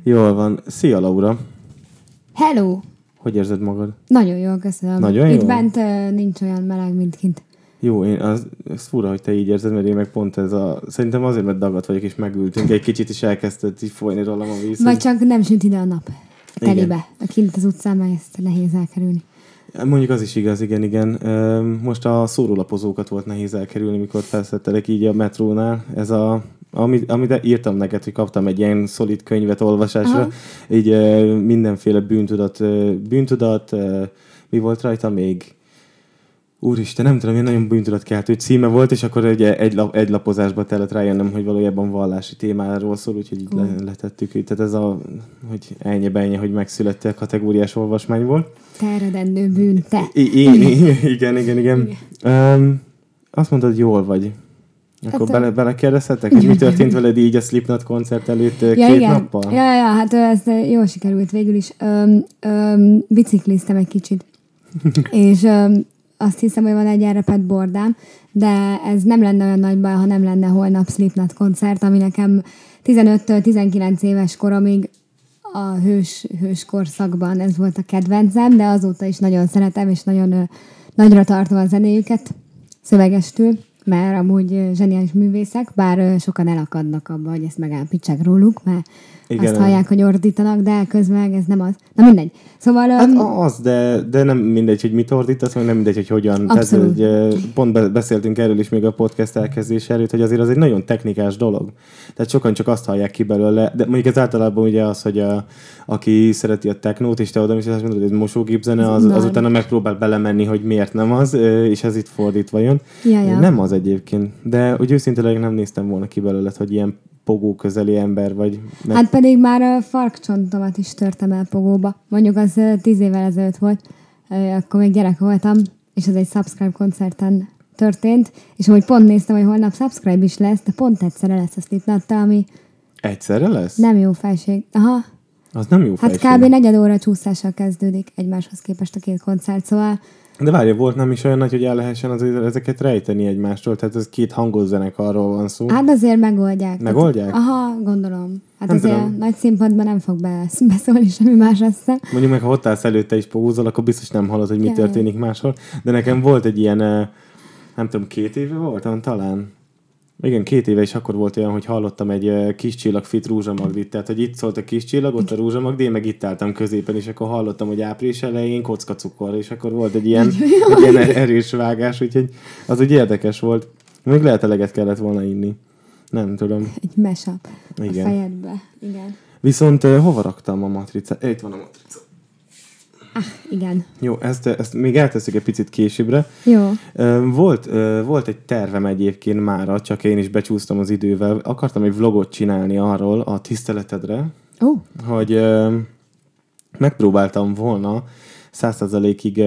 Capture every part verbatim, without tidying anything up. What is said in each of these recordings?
Jól van. Szia, Laura. Hello! Hogy érzed magad? Nagyon jól, köszönöm. Nagyon Itt jól? bent uh, nincs olyan meleg, mint kint. Jó, én az, az fura, hogy te így érzed, mert én meg pont ez a... Szerintem azért, mert dagat vagyok, és megültünk egy kicsit, és elkezdett így folyni rólam a víz. Vagy hogy... csak nem süt ide a nap. A telibe. Igen. A kint az utcán, mert ezt nehéz elkerülni. Mondjuk az is igaz, igen, igen. Most a szórólapozókat volt nehéz elkerülni, mikor felszedtelek így a metrónál. Ez a... Amit, amit írtam neked, hogy kaptam egy ilyen szolid könyvet olvasásra, aha. Így mindenféle bűntudat, bűntudat, mi volt rajta még? Úristen, nem tudom, ilyen nagyon bűntudatkeltő címe volt, és akkor ugye egy, lap, egy lapozásba kellett rájönnöm, hogy valójában vallási témáról szól, úgyhogy így le, letettük. Tehát ez a, hogy ennyi-bennyi, hogy megszülettél kategóriás olvasmány volt. Te eredendő bűn, te. I- I- igen, igen, igen. igen. Um, azt mondtad, jól vagy. Akkor hát, bele, belekérdezhetek, hogy mi történt veled így a Slipknot koncert előtt ja, két igen. nappal? Ja, ja, hát ez jól sikerült végül is. Öm, öm, bicikliztem egy kicsit. és öm, azt hiszem, hogy van egy elrepett bordám, de ez nem lenne olyan nagy baj, ha nem lenne holnap Slipknot koncert, ami nekem tizenöttől tizenkilenc éves koromig a hős, hős korszakban ez volt a kedvencem, de azóta is nagyon szeretem, és nagyon ö, nagyra tartom a zenéjüket szövegestül, mert amúgy zseniális művészek, bár sokan elakadnak abba, hogy ezt megállapítsák róluk, mert igen, azt hallják, hogy ordítanak, de közben ez nem az. Na mindegy. Szóval... Hát az, de, de nem mindegy, hogy mit ordítasz, vagy nem mindegy, hogy hogyan. Abszolút. Tehát, hogy pont beszéltünk erről is még a podcast elkezdés előtt, hogy azért az egy nagyon technikás dolog. Tehát sokan csak azt hallják ki belőle, de mondjuk ez általában ugye az, hogy a, aki szereti a technót, és te oda is azt mondod, hogy ez mosógépzene, az, azután megpróbál belemenni, hogy miért nem az, és ez itt fordítva jön. Ja, ja. Nem az egyébként. De úgy őszintén nem néztem volna ki belőle, hogy ilyen pogó közeli ember vagy. Meg... Hát pedig már a farkcsontomat is törtem el pogóba. Mondjuk az tíz évvel ezelőtt volt, akkor még gyerek voltam, és az egy Subscribe koncerten történt, és amúgy pont néztem, hogy holnap Subscribe is lesz, de pont egyszerre lesz a Slipknottal, ami... Egyszerre lesz? Nem jó fejség. Aha. Az nem jó fejség. Hát kb. negyed óra csúszással kezdődik egymáshoz képest a két koncert, szóval... De várja, volt nem is olyan nagy, hogy el lehessen azért ezeket rejteni egymástól, tehát ez két hangos zenekarról van szó. Hát azért megoldják. Megoldják? Tehát, aha, gondolom. Hát nem azért tudom. Nagy színpadban nem fog be, beszólni semmi más össze. Mondjuk meg, ha ott állsz előtte is pogózol, akkor biztos nem hallod, hogy mi történik máshol. De nekem volt egy ilyen, nem tudom, két éve voltam talán. Igen, két éve is akkor volt olyan, hogy hallottam egy kis csillag fit Rózsamagdit. Tehát, hogy itt szólt a kis csillag, ott a Rózsamagdi, én meg itt álltam középen, és akkor hallottam, hogy április elején kockacukor, és akkor volt egy ilyen, egy ilyen erős vágás, úgyhogy az úgy érdekes volt. Még lehet eleget kellett volna inni. Nem tudom. Egy mashup igen. A fejedbe. Igen. Viszont uh, hova raktam a matricát? Itt van a matrica. Ah, igen. Jó, ezt, ezt még eltesszük egy picit későbbre. Jó. Volt, volt egy tervem egyébként mára, csak én is becsúsztam az idővel. Akartam egy vlogot csinálni arról a tiszteletedre, oh. hogy megpróbáltam volna száz százalékig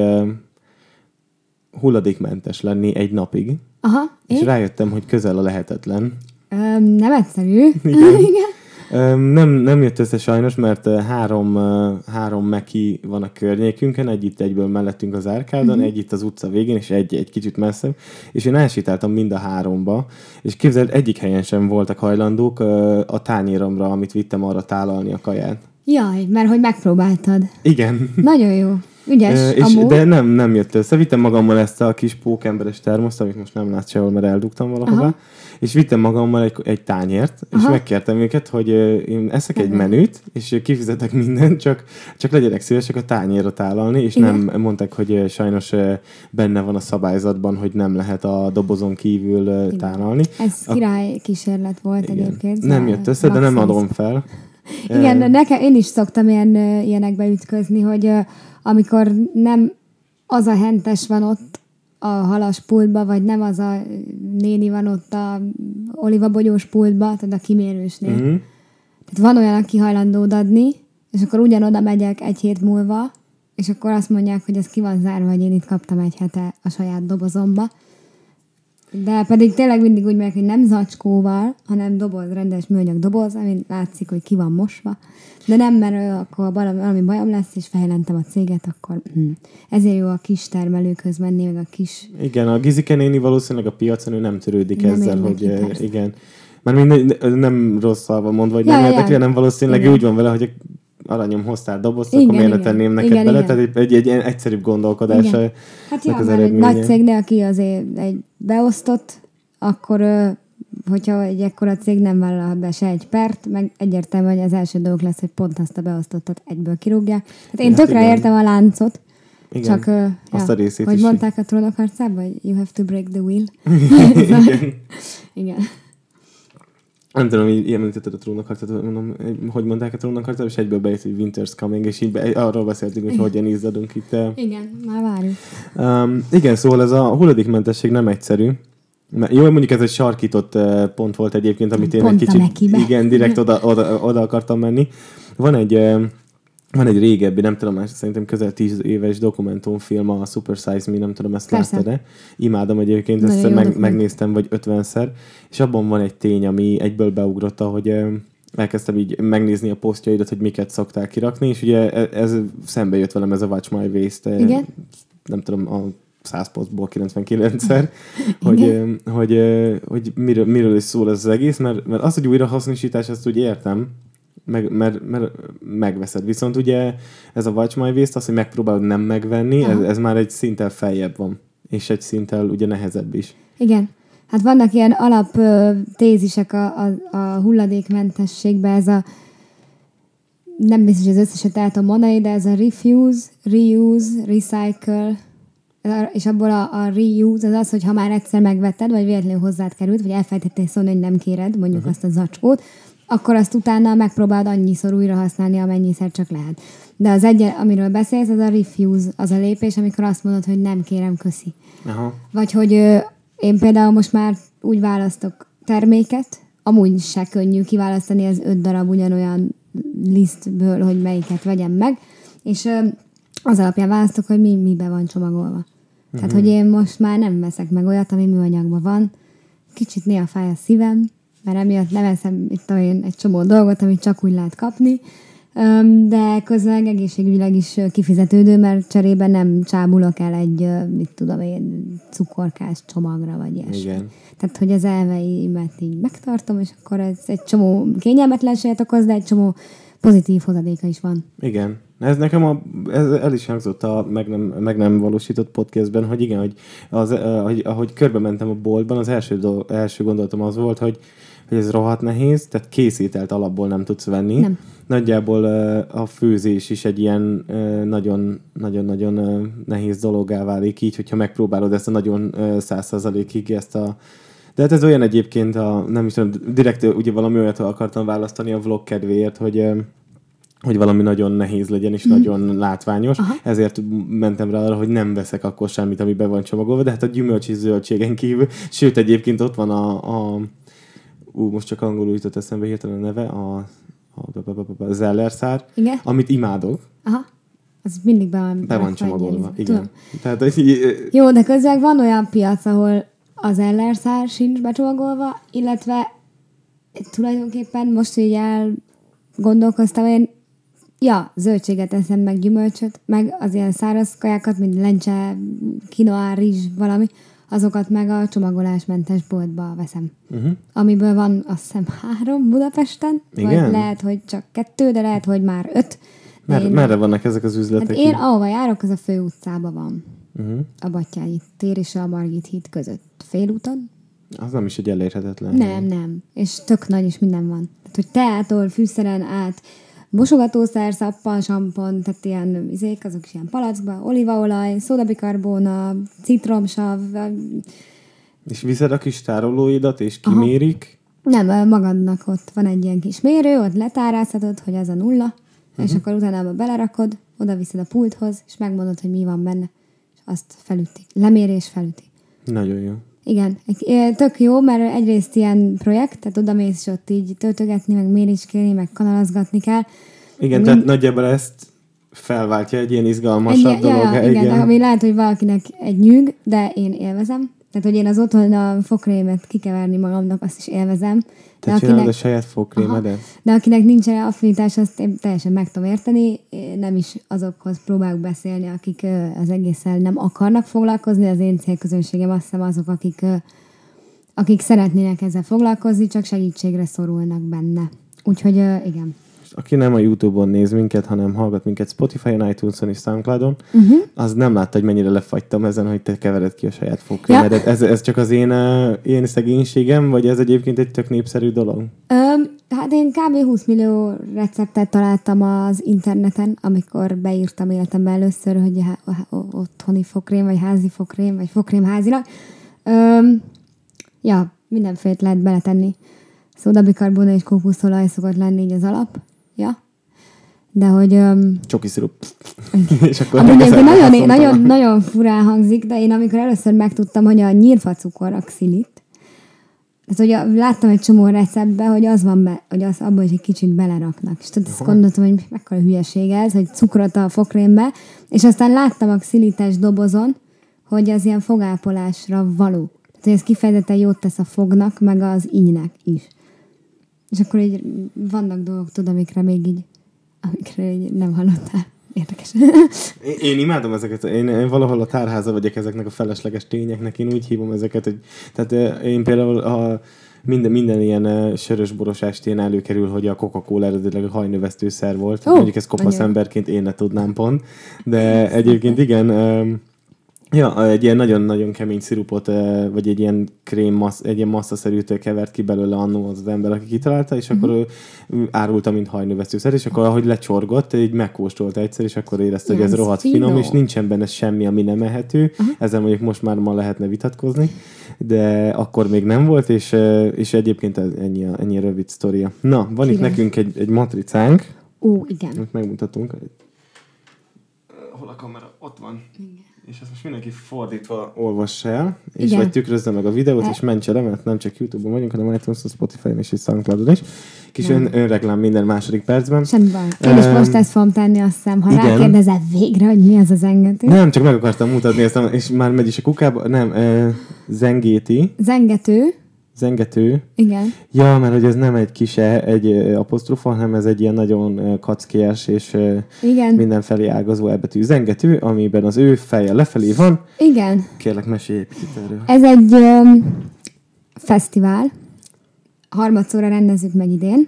hulladékmentes lenni egy napig. Aha. És én? rájöttem, hogy közel a lehetetlen. Um, nem egyszerű. Igen. Igen. Nem, nem jött össze sajnos, mert három, három meki van a környékünkön, egy itt egyből mellettünk az árkádon, uh-huh. egy itt az utca végén, és egy, egy kicsit messzebb, és én elsétáltam mind a háromba, és képzeld, egyik helyen sem voltak hajlandók a tányéromra, amit vittem arra tálalni a kaját. Jaj, mert hogy megpróbáltad. Igen. Nagyon jó. Ügyes, e, és, de nem, nem jött össze. Vittem magammal ezt a kis pókemberes termoszt, amit most nem látsz sehol, mert eldugtam valahova. Aha. És vittem magammal egy, egy tányért, aha. és megkértem őket, hogy én eszek egy menüt, és kifizetek mindent, csak, csak legyenek szívesek a tányérra tálalni, és igen. nem mondták, hogy sajnos benne van a szabályzatban, hogy nem lehet a dobozon kívül igen. tálalni. Ez király kísérlet volt igen. egyébként. Nem jött össze, de nem adom fel. Igen, de nekem, én is szoktam ilyen, ilyenekbe ütközni, hogy amikor nem az a hentes van ott a halas pultba, vagy nem az a néni van ott a olivabogyós pultba, tehát a kimérősnél. Mm-hmm. Tehát van olyan, aki hajlandó adni, és akkor ugyanoda megyek egy hét múlva, és akkor azt mondják, hogy ez ki van zárva, hogy én itt kaptam egy hete a saját dobozomba. De pedig tényleg mindig úgy megyek, hogy nem zacskóval, hanem doboz, rendes műanyag doboz, amin látszik, hogy ki van mosva. De nem, mert akkor valami, valami bajom lesz, és fejelentem a céget, akkor hm. ezért jó a kis termelőkhöz menni, meg a kis... Igen, a Gizike néni valószínűleg a piacon ő nem törődik nem ezzel, hogy ki, igen. Már mind nem rosszalva mondva, hogy Ja, nem ja, érdekel, ja. hanem valószínűleg Igen. úgy van vele, hogy aranyom hoztál dobozt, Igen, akkor miért ne igen. tenném neked Igen, bele? igen. Tehát egy, egy, egy ilyen egyszerűbb gondolkodása. Igen. Hát ja, az már egy eredménye. nagy cég, de aki azért egy beosztott, akkor ö, hogyha egy ekkora cég nem vállal be se egy pert, meg egyértelmű, hogy az első dolog lesz, hogy pont azt a beosztottat egyből kirúgják. Hát én Hát tökre igen. értem a láncot, Igen. csak ö, Azt ja, a részét hogy is. mondták a Trónok harcában, hogy you have to break the wheel. Igen. Igen. Nem tudom, így említetted a trónokharcát, mondom, hogy mondták a trónokharcát, és egyből bejött, hogy Winter's Coming, és így be, arról beszéltünk, hogy hogyan izzadunk itt. Igen, már várjuk. Um, igen, szóval ez a hulladékmentesség nem egyszerű. Mert jó, mondjuk ez egy sarkított uh, pont volt egyébként, amit én Pont egy a kicsit Mekibe. igen, direkt oda, oda, oda akartam menni. Van egy, uh, van egy régebbi, nem tudom, már szerintem közel tíz éves dokumentumfilm, a Super Size Me, nem tudom, ezt Persze. láttad-e? Imádom egyébként, Nagyon ezt jó meg, dokumentum. megnéztem vagy ötvenszer, és abban van egy tény, ami egyből beugrott, hogy uh, elkezdtem így megnézni a posztjaidat, hogy miket szoktál kirakni, és ugye ez szembe jött velem ez a Watch My Waste, Igen? nem tudom, a száz posztból kilencvenkilencszer, hogy, hogy, hogy miről, miről is szól ez az egész, mert, mert az, hogy újrahasznosítás, azt úgy értem, meg, mert, mert megveszed. Viszont ugye ez a Watch My Waste, az, hogy megpróbálod nem megvenni, ez, ez már egy szinttel feljebb van. És egy szinttel ugye nehezebb is. Igen. Hát vannak ilyen alap ö, tézisek a, a, a hulladékmentességben, ez a nem biztos, hogy az összeset el tudom mondani, de ez a refuse, reuse, recycle, és abból a, a reuse az az, hogy ha már egyszer megvetted, vagy véletlenül hozzád került, vagy elfelejtettél szólni, hogy nem kéred, mondjuk uh-huh. azt a zacskót, akkor azt utána megpróbálod annyiszor újra használni, amennyiszer csak lehet. De az egy, amiről beszélsz, az a refuse, az a lépés, amikor azt mondod, hogy nem kérem, köszi. Aha. Vagy hogy ö, én például most már úgy választok terméket, amúgy se könnyű kiválasztani az öt darab ugyanolyan lisztből, hogy melyiket vegyem meg, és ö, az alapján választok, hogy mi mibe van csomagolva. Uh-huh. Tehát, hogy én most már nem veszek meg olyat, ami műanyagban van. Kicsit néha fáj a szívem, mert emiatt nem veszem itt olyan egy csomó dolgot, amit csak úgy lehet kapni, de közben egészségügyileg is kifizetődő, mert cserébe nem csábulok el egy, mit tudom én, cukorkás csomagra, vagy ilyesmi. Igen. Tehát, hogy az elveimet így megtartom, és akkor ez egy csomó kényelmetlenséget okoz, de egy csomó pozitív hozadéka is van. Igen. Ez nekem a, ez el is hangzott a meg nem, meg nem valósított podcastben, hogy igen, hogy az, ahogy, ahogy körbe mentem a boltban, az első, do, első gondolatom az volt, hogy, hogy ez rohadt nehéz, tehát készítelt alapból nem tudsz venni. Nem. Nagyjából a főzés is egy ilyen nagyon-nagyon nehéz dologgá válik így, hogyha megpróbálod ezt a nagyon száz százalékig ezt a... De hát ez olyan egyébként, a, nem is tudom, direkt ugye valami olyat akartam választani a vlog kedvéért, hogy hogy valami nagyon nehéz legyen, és mm. nagyon látványos. Aha. Ezért mentem rá arra, hogy nem veszek akkor semmit, ami be van csomagolva, de hát a gyümölcs és zöldségen kívül. Sőt, egyébként ott van a... a ú, most csak angolul jutott eszembe hirtelen a neve, a, a, a, a zellerszár, igen? amit imádok. Aha. Az mindig be van, be van csomagolva. Igen. Tudom. Tehát, hogy... Jó, de közben van olyan piac, ahol az ellerszár sincs becsomagolva, illetve tulajdonképpen most így elgondolkoztam, én ja, zöldséget eszem, meg gyümölcsöt, meg az ilyen száraz kajákat, mint lencse, kinoá, rizs, valami, azokat meg a csomagolásmentes boltba veszem. Uh-huh. Amiből van azt hiszem három Budapesten, igen? Vagy lehet, hogy csak kettő, de lehet, hogy már öt. Mer- én, merre vannak ezek az üzletek? Hát én ahova járok, az a fő utcában van. Uh-huh. A Battyányi tér és a Margit híd között. Félúton. Az nem is egy elérhetetlen. Nem, nem. És tök nagy, és minden van. Tehát, hogy teától, fűszeren át, mosogatószer, szappan, sampon, tehát ilyen izék, azok is ilyen palackba, olívaolaj, szódabikarbóna, citromsav. És viszed a kis tárolóidat, és kimérik? Aha. Nem, magadnak ott van egy ilyen kis mérő, ott letárázhatod, hogy az a nulla, uh-huh. és akkor utána abba belerakod, oda viszed a pulthoz, és megmondod, hogy mi van benne. És azt felütik. Leméri és felüti. Nagyon jó. Igen, tök jó, mert egyrészt ilyen projekt, tehát oda mész, és ott így töltögetni, meg méricskélni, meg kanalazgatni kell. Igen, Mind... tehát nagyjából ezt felváltja egy ilyen izgalmasabb egy, dolog. Ja, ja, igen, igen. Ami lehet, hogy valakinek egy nyűg, de én élvezem. Tehát, hogy én az otthon a fogkrémet kikeverni magamnak, azt is élvezem. Te csinálod akinek... a saját fogkrémedet? De akinek nincs erre affinitás, azt én teljesen meg tudom érteni. Én nem is azokhoz próbálok beszélni, akik az egésszel nem akarnak foglalkozni. Az én célközönségem azt hiszem azok, akik akik szeretnének ezzel foglalkozni, csak segítségre szorulnak benne. Úgyhogy igen. Aki nem a YouTube-on néz minket, hanem hallgat minket Spotify-on, iTunes-on és SoundCloud-on, uh-huh. az nem látta, hogy mennyire lefagytam ezen, hogy te kevered ki a saját fogkrémedet. Ja. Ez, ez csak az én, én szegénységem, vagy ez egyébként egy tök népszerű dolog? Um, hát én kb. húsz millió receptet találtam az interneten, amikor beírtam életemben először, hogy otthoni fogkrém, vagy házi fogkrém, vagy fogkrém házilag. Um, ja, mindenfélét lehet beletenni. Szódabikarbóna és kókuszolaj szokott lenni így az alap. Ja. De hogy... Um, Csoki szirup. Ami nagyon, nagyon, nagyon furán hangzik, de én amikor először megtudtam, hogy a nyírfacukor a xilit, tehát, hogy láttam egy csomó receptbe, hogy az van be, hogy az abban is egy kicsit beleraknak. És tehát azt gondoltam, hogy mekkora hülyeség ez, hogy cukrot a fogkrémbe, és aztán láttam a xilites dobozon, hogy az ilyen fogápolásra való. Tehát, hogy ez kifejezetten jót tesz a fognak, meg az ínynek is. És akkor így vannak dolgok, tudod, amikre még így, amikre így nem hallottál. Érdekes. Én, én imádom ezeket. Én, én valahol a tárháza vagyok ezeknek a felesleges tényeknek. Én úgy hívom ezeket, hogy tehát én például a minden, minden ilyen sörös-boros estén előkerül, hogy a Coca-Cola eredetileg a hajnövesztőszer volt. Oh, mondjuk ezt kopasz anyag. Emberként én ne tudnám pont. De egyébként igen... Ja, egy ilyen nagyon-nagyon kemény szirupot, vagy egy ilyen krém, massz, egy ilyen masszaszerűtől kevert ki belőle annó az, az ember, aki kitalálta, és mm-hmm. akkor ő, ő árulta, mint hajnövesztőszer, és akkor ahogy lecsorgott, így megkóstolta egyszer, és akkor érezte, hogy ez rohadt finom, és nincsen benne semmi, ami nem ehető. Uh-huh. Ezzel mondjuk most már ma lehetne vitatkozni, de akkor még nem volt, és, és egyébként ennyi a, ennyi a rövid sztoria. Na, van Kire. Itt nekünk egy, egy matricánk. Ó, igen. Amit megmutatunk. Hol a kamera? Ott van. Igen. És ezt most mindenki fordítva olvassa el, és igen. vagy tükrözze meg a videót, e- és mentse le, mert nem csak YouTube-on vagyunk, hanem iTunes-on, Spotify-on és SoundCloud-on is. Kis ön, önreklám minden második percben. Semmi baj. Én is um, most ezt fogom tenni, azt hiszem, ha igen. rákérdezel végre, hogy mi az a zengető. Nem, csak meg akartam mutatni ezt, és már megy is a kukába. Nem, uh, zengéti. Zengető. Zengető. Igen. Ja, mert hogy ez nem egy kis e, egy apostrofa, hanem ez egy ilyen nagyon kackiás és igen. mindenfelé ágazó elbetű zengető, amiben az ő feje lefelé van. Igen. Kérlek, mesélj egy picit erről. Ez egy um, fesztivál. Harmadszorra rendezzük meg idén.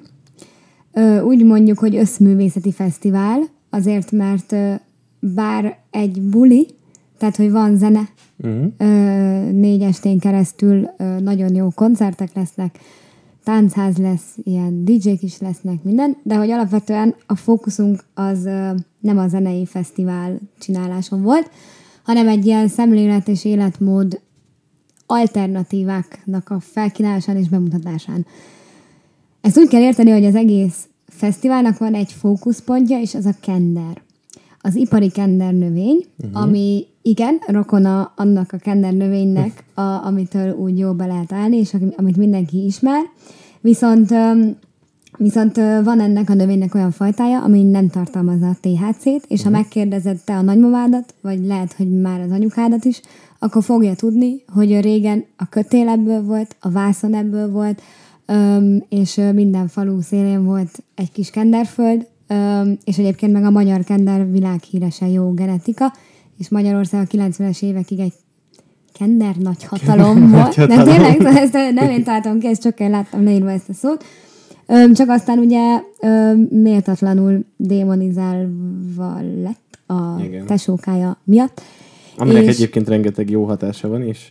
Ö, úgy mondjuk, hogy összművészeti fesztivál, azért, mert ö, bár egy buli, tehát, hogy van zene, uh-huh. ö, négy estén keresztül ö, nagyon jó koncertek lesznek, táncház lesz, ilyen dé dzsék is lesznek, minden, de hogy alapvetően a fókuszunk az ö, nem a zenei fesztivál csináláson volt, hanem egy ilyen szemlélet és életmód alternatíváknak a felkínálásán és bemutatásán. Ezt úgy kell érteni, hogy az egész fesztiválnak van egy fókuszpontja, és az a kender. Az ipari kender növény, uh-huh. ami igen, rokona annak a kender növénynek, a, amitől úgy jó be lehet állni, és amit mindenki ismer. Viszont, viszont van ennek a növénynek olyan fajtája, ami nem tartalmazza a té há cét, és uh-huh. ha megkérdezed te a nagymamádat, vagy lehet, hogy már az anyukádat is, akkor fogja tudni, hogy régen a kötél ebből volt, a vászon ebből volt, és minden falu szélén volt egy kis kenderföld, és egyébként meg a magyar kender világhíresen jó genetika, és Magyarország a kilencvenes évekig egy kender nagy hatalom volt. De tényleg, ezt nem én találtam ki, ezt csak én láttam leírva ezt a szót. Csak aztán ugye méltatlanul démonizálva lett a igen. tesókája miatt. Aminek és... egyébként rengeteg jó hatása van, és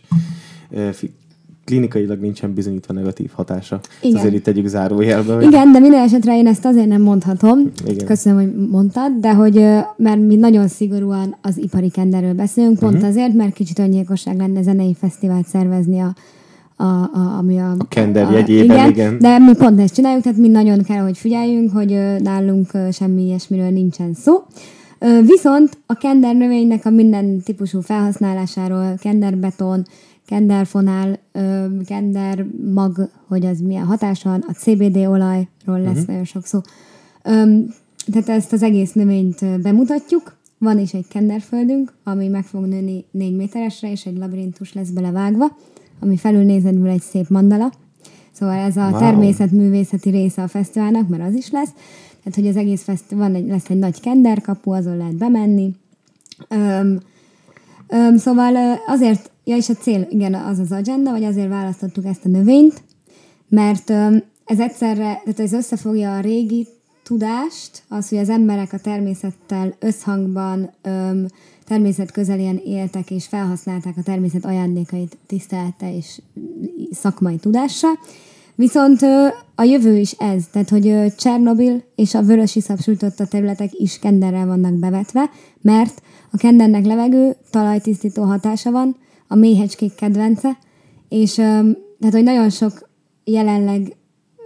klinikailag nincsen bizonyítva negatív hatása. Igen. Azért itt tegyük zárójelbe. Hogy... Igen, de minden esetre én ezt azért nem mondhatom. Igen. Köszönöm, hogy mondtad, de hogy mert mi nagyon szigorúan az ipari kenderről beszélünk, pont uh-huh. azért, mert kicsit öngyilkosság lenne zenei fesztivált szervezni a, a, a, ami a, a kender jegyében, igen, igen. De mi pont ezt csináljuk, tehát mi nagyon kell, hogy figyeljünk, hogy nálunk semmi ilyesmiről nincsen szó. Viszont a kender növénynek a minden típusú felhasználásáról, kenderbeton, kenderfonál, kendermag, hogy az milyen hatása van, a cé bé dé olajról lesz uh-huh. nagyon sok szó. Tehát ezt az egész növényt bemutatjuk. Van is egy kenderföldünk, ami meg fog nőni négy méteresre, és egy labirintus lesz belevágva, ami felülnézetből egy szép mandala. Szóval ez a wow. természetművészeti része a fesztiválnak, mert az is lesz. Tehát, hogy az egész fesztivál, van egy, lesz egy nagy kenderkapu, azon lehet bemenni. Um, Öm, szóval azért, ja és a cél, igen, az az agenda, vagy azért választottuk ezt a növényt, mert öm, ez egyszerre, tehát ez összefogja a régi tudást, az, hogy az emberek a természettel összhangban öm, természet közelien éltek, és felhasználták a természet ajándékait tisztelettel és szakmai tudással. Viszont a jövő is ez, tehát hogy Csernobil és a vörösiszap sújtotta területek is kenderrel vannak bevetve, mert a kendernek levegő, talajtisztító hatása van, a méhecskék kedvence, és tehát, hogy nagyon sok jelenleg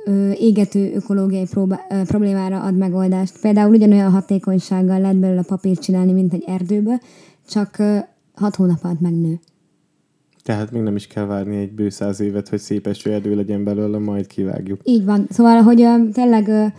égető ökológiai próbá, problémára ad megoldást. Például ugyanolyan hatékonysággal lehet belőle papírt csinálni, mint egy erdőből, csak hat hónap alatt megnő. Tehát még nem is kell várni egy bő száz évet, hogy szép esőerdő legyen belőle, majd kivágjuk. Így van. Szóval, hogy uh, tényleg uh,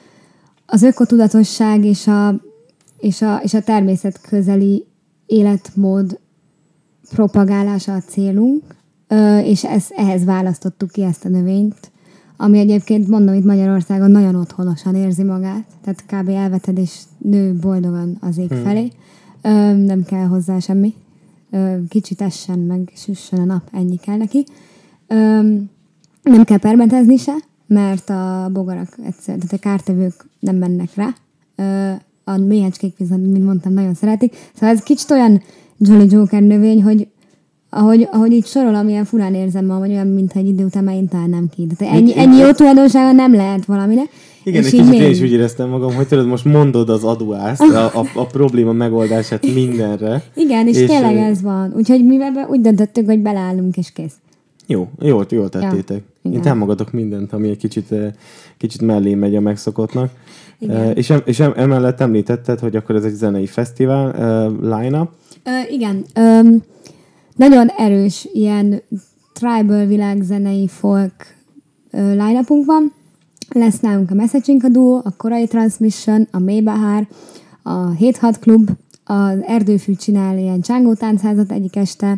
az ökotudatosság és a, és, a, és a természet közeli életmód propagálása a célunk, uh, és ez, ehhez választottuk ki ezt a növényt, ami egyébként, mondom, itt Magyarországon nagyon otthonosan érzi magát, tehát kb. Elveted és nő boldogan az ég hmm. felé. Uh, nem kell hozzá semmi. Kicsit essen, meg süssön a nap, ennyi kell neki. Öm, nem kell permetezni se, mert a bogarak egyszer, tehát a kártevők nem mennek rá. Ö, a méhecskék viszont, mint mondtam, nagyon szeretik. Szóval ez kicsit olyan Jolly Joker növény, hogy ahogy, ahogy így sorolom, ilyen furán érzem ma, vagy olyan, mintha egy idő után már én találnám ki. Tehát ennyi, ennyi jó tulajdonsága nem lehet valamire. Igen, egy kicsit én is úgy éreztem magam, hogy tudod, most mondod az aduászt, a, a, a probléma megoldását mindenre. Igen, és, és tényleg ez van. Úgyhogy mi úgy döntöttük, hogy beleállunk, és kész. Jó, jól, jól tettétek. Ja, én támogatok mindent, ami egy kicsit, kicsit mellé megy a megszokottnak. Uh, és, em, és em, emellett említetted, hogy akkor ez egy zenei fesztivál uh, line-up. Uh, igen. Um, nagyon erős ilyen tribal világzenei folk uh, line-upunk van. Lesz nálunk a Messaging Duo, a Korai Transmission, a Maybahar, a hét hat Klub, az Erdőfű csinál ilyen csángó táncházat egyik este.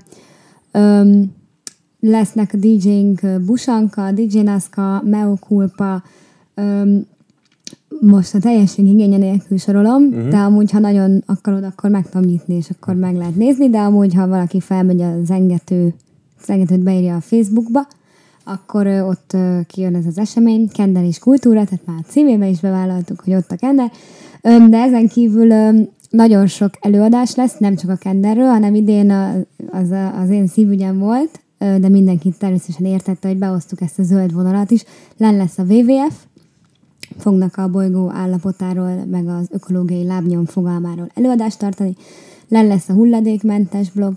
Um, lesznek a dé jéink Busanka, dé jé Nazca, Meo Culpa, um, most a teljesség igénye nélkül sorolom, uh-huh. de amúgy, ha nagyon akarod, akkor meg tudom nyitni, és akkor meg lehet nézni, de amúgy, ha valaki felmegy a zengető, zengetőt beírja a Facebookba, akkor ö, ott ö, kijön ez az esemény, Kender és Kultúra, tehát már a címébe is bevállaltuk, hogy ott a Kender, ö, de ezen kívül ö, nagyon sok előadás lesz, nem csak a Kenderről, hanem idén a, az, a, az én szívügyem volt, ö, de mindenki természetesen értette, hogy behoztuk ezt a zöld vonalat is. Len lesz a dupla vé vé ef, fognak a bolygó állapotáról, meg az ökológiai lábnyom fogalmáról előadást tartani. Len lesz a hulladékmentes blog,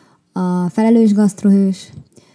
a felelős gasztrohős,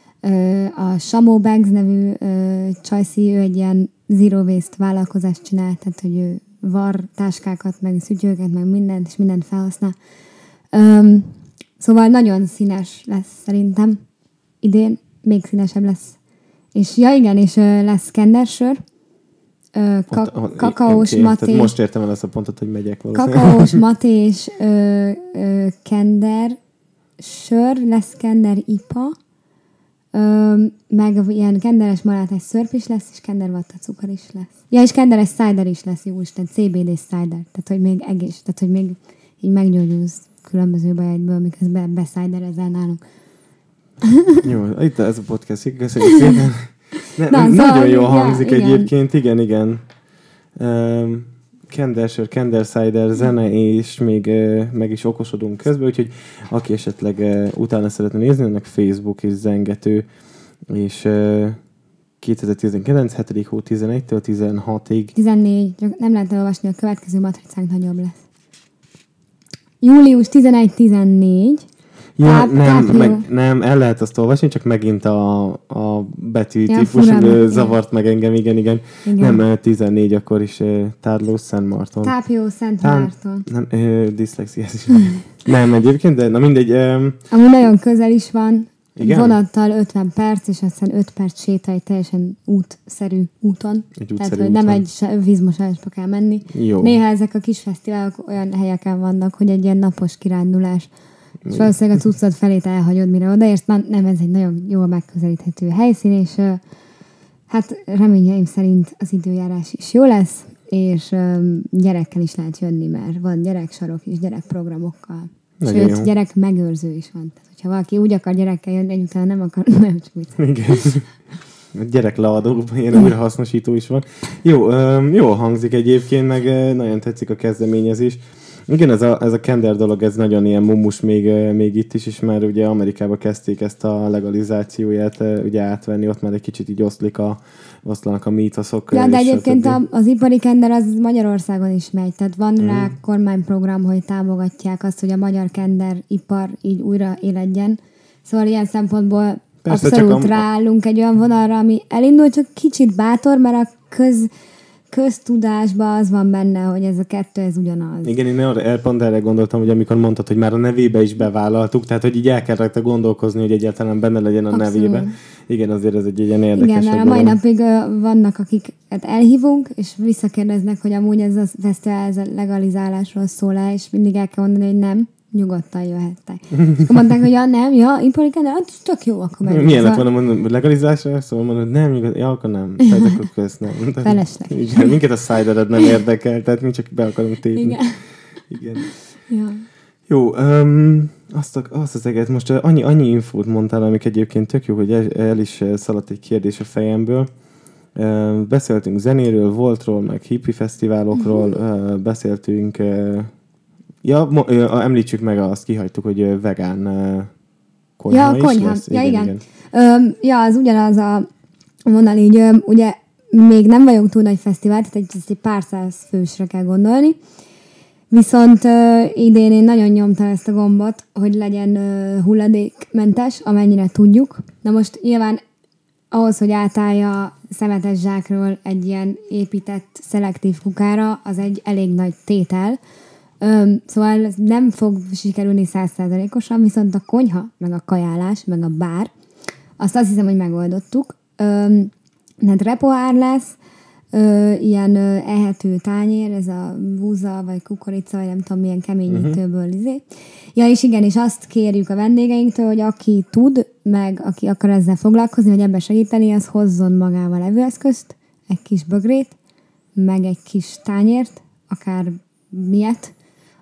a Samo Bags nevű csajszi, ő egy ilyen zero waste vállalkozást csinál, tehát hogy ő var táskákat, meg szütyőket, meg mindent, és mindent felhasznál. Um, szóval nagyon színes lesz szerintem idén, még színesebb lesz. És ja igen, és uh, lesz kendersör, uh, ka- Pont, kakaós okay, maté. Most értem el ezt a pontot, hogy megyek valószínűleg. Kakaós matés uh, uh, kender sör, lesz kender ipa, uh, meg ilyen kenderes malátás szörp is lesz, és kendervatta cukor is lesz. Ja, és kenderes cider is lesz, jó Isten, cé bé dé cider, tehát hogy még egész, tehát hogy még így meggyógyulsz különböző bajaidból, miközben besziderezel nálunk. Jó, itt ez a podcast, köszönjük szépen. Ne, Na, nagyon szóval, jól hangzik ja, egyébként, igen, igen. Um, Kendersör, Kender Cider, zene, és még uh, meg is okosodunk közben, úgyhogy aki esetleg uh, utána szeretne nézni, annak Facebook és zengető, és uh, kétezer-tizenkilenc. hetedik hó tizenegytől tizenhatig. tizennégy, nem lehet elolvasni, a következő matricánk nagyobb lesz. július tizenegy tizennégy. Ja, Táp, nem, meg, nem, el lehet azt olvasni, csak megint a, a betű ja, típus zavart meg engem, igen, igen. igen. Nem, tizennégy akkor is Tárlós Szent Marton. Tápió Szent Márton. Nem, diszlexiás is. Nem, egyébként, de na mindegy. Um, Ami nagyon közel is van. Igen? Vonattal ötven perc, és aztán öt perc sétálj teljesen útszerű úton. Egy Tehát, hogy nem egy vízmosásba kell menni. Jó. Néha ezek a kis fesztiválok olyan helyeken vannak, hogy egy ilyen napos kirándulás. És valószínűleg a cuccot felét elhagyod, mire odaérsz. Nem, ez egy nagyon jól megközelíthető helyszín, és uh, hát reményeim szerint az időjárás is jó lesz, és um, gyerekkel is lehet jönni, mert van gyereksarok és gyerekprogramokkal. Nagyon Sőt, jó. gyerek megőrző is van. Tehát, hogyha valaki úgy akar gyerekkel jönni, egy utána nem akar, nem csak Igen. Gyerekleadókban ilyen újrahasznosító is van. Jó, öm, jól hangzik egyébként, meg ö, nagyon tetszik a kezdeményezés. Igen, ez a, ez a Kender dolog, ez nagyon ilyen mumus még, ö, még itt is, és már ugye Amerikában kezdték ezt a legalizációját ö, ugye átvenni, ott már egy kicsit így oszlik a, oszlanak a mítoszok. Ja, de és egyébként a a, az ipari kender az Magyarországon is megy. Tehát van mm. rá kormányprogram, hogy támogatják azt, hogy a magyar kender ipar így újra éledjen. Szóval ilyen szempontból Persze, abszolút csak a- ráállunk egy olyan vonalra, ami elindul, csak kicsit bátor, mert a köz, köztudásban az van benne, hogy ez a kettő, ez ugyanaz. Igen, én arra, pont erre gondoltam, hogy amikor mondtad, hogy már a nevébe is bevállaltuk, tehát hogy így el kell rajta gondolkozni, hogy egyáltalán benne legyen a Abszolút. nevébe. Igen, azért ez egy ilyen érdekes. Igen, mert a mai napig ö, vannak, akiket elhívunk, és visszakérdeznek, hogy amúgy ez a fesztivál ez a legalizálásról szól-e, és mindig el kell mondani, hogy nem, nyugodtan jöhettek. És akkor mondták, hogy ja, nem, ja, ipari kender, hát tök jó, akkor megyünk. Milyen lett Szóval- volna mondani, legalizálásra? Szóval mondod, nem, nyugod, ja, akkor nem. Tehát akkor kösz, nem. Felesleges. Igen, minket a cidered nem érdekel, tehát mi csak be akarunk tépni. Igen. Igen. Ja. Jó, um, azt, a, azt az eget, most uh, annyi, annyi infót mondtál, amik egyébként tök jó, hogy el, el is uh, szaladt egy kérdés a fejemből. Uh, beszéltünk zenéről, voltról, meg hippi fesztiválokról, uh, beszéltünk, uh, ja, mo- uh, említsük meg, azt kihagytuk, hogy uh, vegán uh, konyha Ja, a is konyha. lesz. Ja, igen. igen. Öm, ja, az ugyanaz a vonal így, öm, ugye még nem vagyunk túl nagy fesztivál, tehát egy, egy pár száz fősre kell gondolni. Viszont ö, idén én nagyon nyomtam ezt a gombot, hogy legyen ö, hulladékmentes, amennyire tudjuk. Na most nyilván ahhoz, hogy átállja a szemetes zsákról egy ilyen épített szelektív kukára, az egy elég nagy tétel. Öm, szóval ez nem fog sikerülni száz százalékosan, viszont a konyha, meg a kajálás, meg a bár, azt azt hiszem, hogy megoldottuk. Öm, hát repoár lesz, ö, ilyen ö, ehető tányér, ez a búza, vagy kukorica, vagy nem tudom milyen keményítőből uh-huh. izé. Ja, és igen, és azt kérjük a vendégeinktől, hogy aki tud, meg aki akar ezzel foglalkozni, vagy ebben segíteni, az hozzon magával evőeszközt, egy kis bögrét, meg egy kis tányért, akár miért.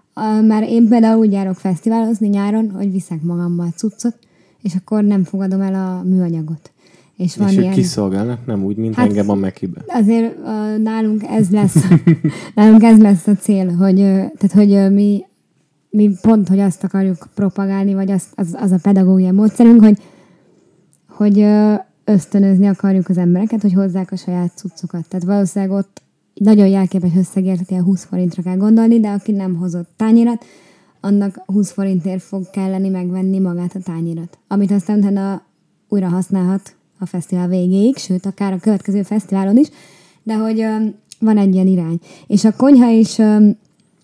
Mert én például úgy járok fesztiválozni nyáron, hogy viszek magammal cuccot, és akkor nem fogadom el a műanyagot. És, van és ők ilyen... kiszolgálnak, nem úgy, mint Hát, engem a Mekibe. Azért uh, nálunk ez lesz, nálunk ez lesz a cél, hogy, uh, tehát, hogy uh, mi, mi pont, hogy azt akarjuk propagálni, vagy az, az, az a pedagógiai módszerünk, hogy, hogy uh, ösztönözni akarjuk az embereket, hogy hozzák a saját cuccokat. Tehát valószínűleg ott nagyon jelképes összegért, ilyen húsz forintra kell gondolni, de aki nem hozott tányérat, annak húsz forintért fog kelleni megvenni magát a tányérat. Amit aztán utána újra használhat a fesztivál végéig, sőt, akár a következő fesztiválon is, de hogy um, van egy ilyen irány. És a konyha is, um,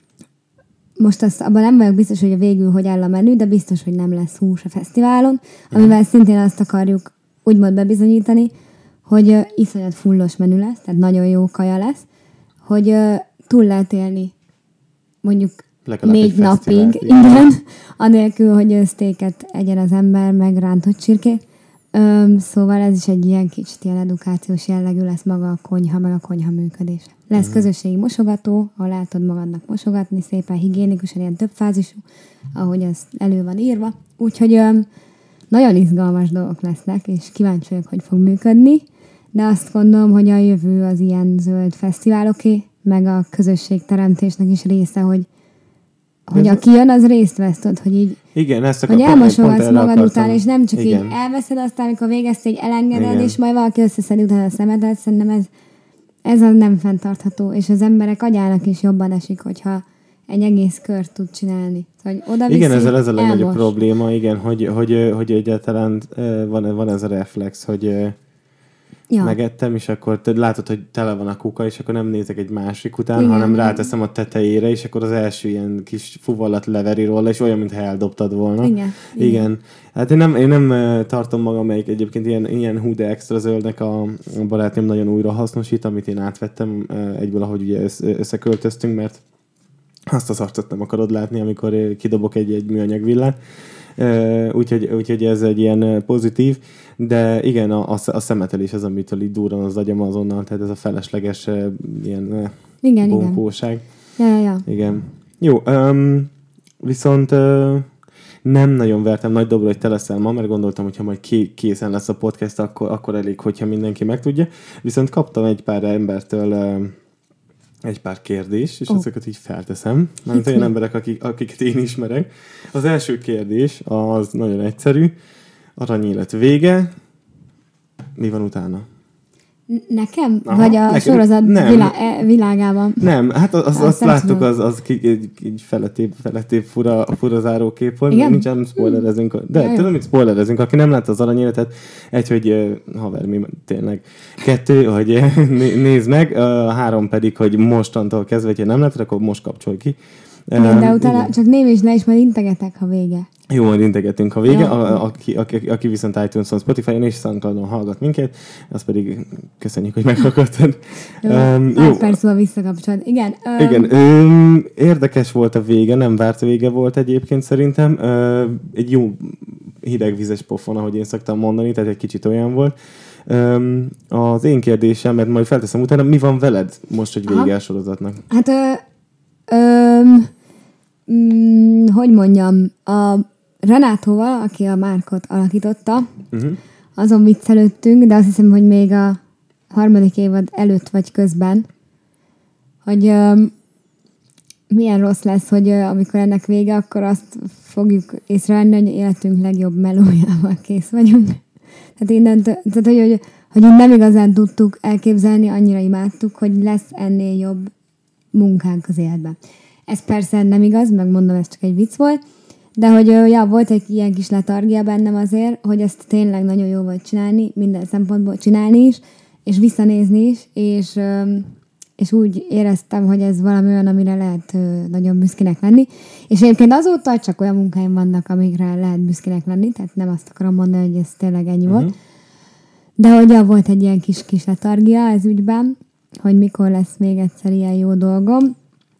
most azt, abban nem vagyok biztos, hogy a végül hogy áll a menü, de biztos, hogy nem lesz hús a fesztiválon, amivel szintén azt akarjuk úgymond bebizonyítani, hogy uh, iszonyat fullos menü lesz, tehát nagyon jó kaja lesz, hogy uh, túl lehet élni mondjuk Legalább négy egy napig, fesztivált, igen, anélkül, hogy sztéket egyen az ember, meg rántott csirkét. Öm, szóval ez is egy ilyen kicsit ilyen edukációs jellegű lesz maga a konyha, meg a konyha működés. Lesz uh-huh. közösségi mosogató, ahol látod magadnak mosogatni, szépen higiénikusan, ilyen több fázisú, ahogy az elő van írva. Úgyhogy öm, nagyon izgalmas dolgok lesznek, és kíváncsi vagyok, hogy fog működni, de azt gondolom, hogy a jövő az ilyen zöld fesztiváloké, meg a közösségteremtésnek is része, hogy hogy aki jön, az részt vesz, tudod, hogy így igen, ezt hogy elmosogatsz magad akartam. után, és nem csak igen. így elveszed, aztán amikor végeztél, így elengeded, igen. és majd valaki összeszedi utána a szemedet. Szerintem ez, ez az nem fenntartható, és az emberek agyának is jobban esik, hogyha egy egész kört tud csinálni. Szóval, hogy oda igen, ezzel ez a legnagyobb elmos. probléma, igen, hogy, hogy, hogy egyáltalán van, van ez a reflex, hogy ja. megettem, és akkor te látod, hogy tele van a kuka, és akkor nem nézek egy másik után, igen, hanem igen. ráteszem a tetejére, és akkor az első ilyen kis fuvallat leveri róla, és olyan, mintha eldobtad volna. Igen. igen. igen. Hát én nem, én nem tartom magam, melyik egyébként ilyen, ilyen hú de extra zöldnek a, a barátnőm nagyon újra hasznosít, amit én átvettem egyből, ahogy ugye összeköltöztünk, mert azt az arcot nem akarod látni, amikor kidobok egy-egy műanyag villát. Uh, úgyhogy, úgyhogy ez egy ilyen pozitív, de igen, a, a szemetelés az, amitől így durran az agyam azonnal, tehát ez a felesleges uh, ilyen uh, igen, bunkóság. Igen. Ja, ja, ja. Igen. Jó, um, viszont ö, nem nagyon vertem nagy dobra, hogy te leszel ma, mert gondoltam, hogy ha majd készen lesz a podcast, akkor, akkor elég, hogyha mindenki megtudja. Viszont kaptam egy pár embertől ö, egy pár kérdés, és oh. ezeket így felteszem. Mert olyan emberek, akik, akiket én ismerek. Az első kérdés az nagyon egyszerű. Aranyélet vége. Mi van utána? Nekem? Aha, Vagy a nekem, sorozat vilá- világában? Nem, hát az, az, azt láttuk, az, az így felettébb, felettébb fura, fura zárókép volt. Igen? Nincs, nem spoilerezünk. De ja, tudom, hogy spoilerezünk. Aki nem látta az aranyéletet, egy, hogy haver, mi tényleg. Kettő, hogy nézd meg. A három pedig, hogy mostantól kezdve, hogyha nem láttad, akkor most kapcsolj ki. Igen, de utána igen. Csak név is le, és majd integetek, ha vége. Jó, majd integetünk, ha vége. A, aki, aki, aki viszont iTunes-on, Spotify-on és SoundCloud-on hallgat minket, azt pedig köszönjük, hogy meghallgattad. Jó, um, pár perc múlva visszakapcsolod. Igen. Um, igen. Um, érdekes volt a vége, nem várt vége volt egyébként szerintem. Uh, egy jó hidegvizes pofon, ahogy én szoktam mondani, tehát egy kicsit olyan volt. Um, az én kérdésem, mert majd felteszem utána, mi van veled most, hogy vége a sorozatnak? Hát... Uh, Öm, mm, hogy mondjam, a Renátóval, aki a Márkot alakította, uh-huh. azon viccelődtünk, de azt hiszem, hogy még a harmadik évad előtt vagy közben, hogy öm, milyen rossz lesz, hogy ö, amikor ennek vége, akkor azt fogjuk észrevenni, hogy életünk legjobb melójával kész vagyunk. Tehát innen, tehát, hogy, hogy, hogy nem igazán tudtuk elképzelni, annyira imádtuk, hogy lesz ennél jobb munkánk az életben. Ez persze nem igaz, megmondom, ez csak egy vicc volt, de hogy ja, volt egy ilyen kis letargia bennem azért, hogy ezt tényleg nagyon jó volt csinálni, minden szempontból csinálni is, és visszanézni is, és, és úgy éreztem, hogy ez valami olyan, amire lehet nagyon büszkének lenni. És egyébként azóta csak olyan munkáim vannak, amikre lehet büszkének lenni, tehát nem azt akarom mondani, hogy ez tényleg ennyi uh-huh. volt. De hogy ja, volt egy ilyen kis, kis letargia ez ügyben, hogy mikor lesz még egyszer ilyen jó dolgom.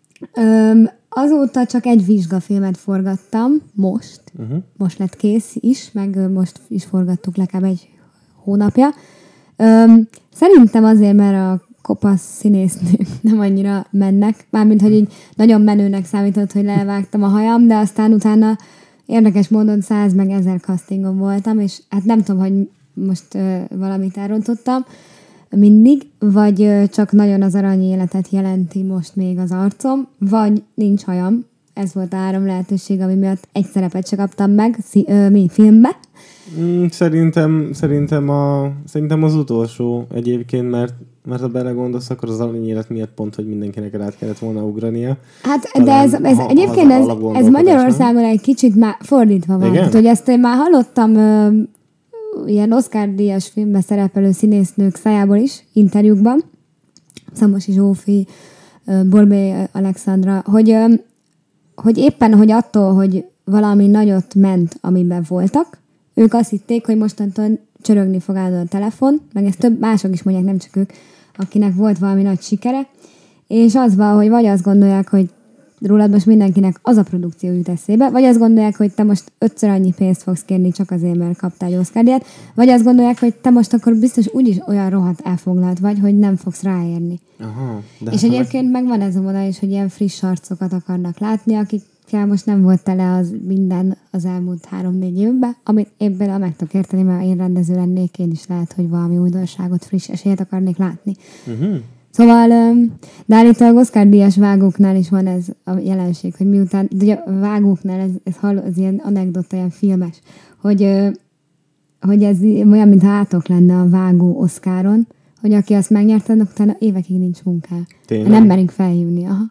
Öm, azóta csak egy vizsgafilmet forgattam, most. Uh-huh. Most lett kész is, meg most is forgattuk legalább egy hónapja. Öm, szerintem azért, mert a kopasz színésznők nem annyira mennek. Mármint, hogy így nagyon menőnek számított, hogy levágtam a hajam, de aztán utána érdekes módon száz meg ezer castingon voltam, és hát nem tudom, hogy most ö, valamit elrontottam mindig, vagy csak nagyon az aranyéletet jelenti most még az arcom, vagy nincs hajam. Ez volt a három lehetőség, ami miatt egy szerepet se kaptam meg, szí- ö, mi, filmbe. Mm, szerintem, szerintem, a, szerintem az utolsó egyébként, mert, mert ha belegondolsz, akkor az aranyélet miatt pont, hogy mindenkinek át kellett volna ugrania. Hát, talán, de ez, ez ha, egyébként ez, ez Magyarországon egy kicsit már fordítva van. Tehát, hogy ezt én már hallottam ö, ilyen Oscar-díjas filmben szerepelő színésznők szájából is, interjúkban, Szamosi Zsófi, Borbély Alexandra, hogy, hogy éppen, hogy attól, hogy valami nagyot ment, amiben voltak, ők azt hitték, hogy mostantól csörögni fog állni a telefon, meg ezt több mások is mondják, nem csak ők, akinek volt valami nagy sikere, és az van, hogy vagy azt gondolják, hogy rólad most mindenkinek az a produkció jut eszébe, vagy azt gondolják, hogy te most ötször annyi pénzt fogsz kérni csak azért, mert kaptál egy Oscar-díjat, vagy azt gondolják, hogy te most akkor biztos úgyis olyan rohadt elfoglalt vagy, hogy nem fogsz ráérni. Aha, de és egyébként meg van ez a vonal is, hogy ilyen friss arcokat akarnak látni, akikkel most nem volt tele az minden az elmúlt három-négy évben, amit én például meg tudok érteni, mert én rendező lennék, én is lehet, hogy valami újdonságot, friss esélyt akarnék látni. Uh-huh. Szóval, de állítólag Oscar-díjas vágóknál is van ez a jelenség, hogy miután, de a vágóknál ez, ez, hall, ez ilyen anekdota, ilyen filmes, hogy, hogy ez olyan, mintha átok lenne a vágó Oscaron, hogy aki azt megnyerte, annak utána évekig nincs munká. Tényleg? Nem merünk felhívni. Aha.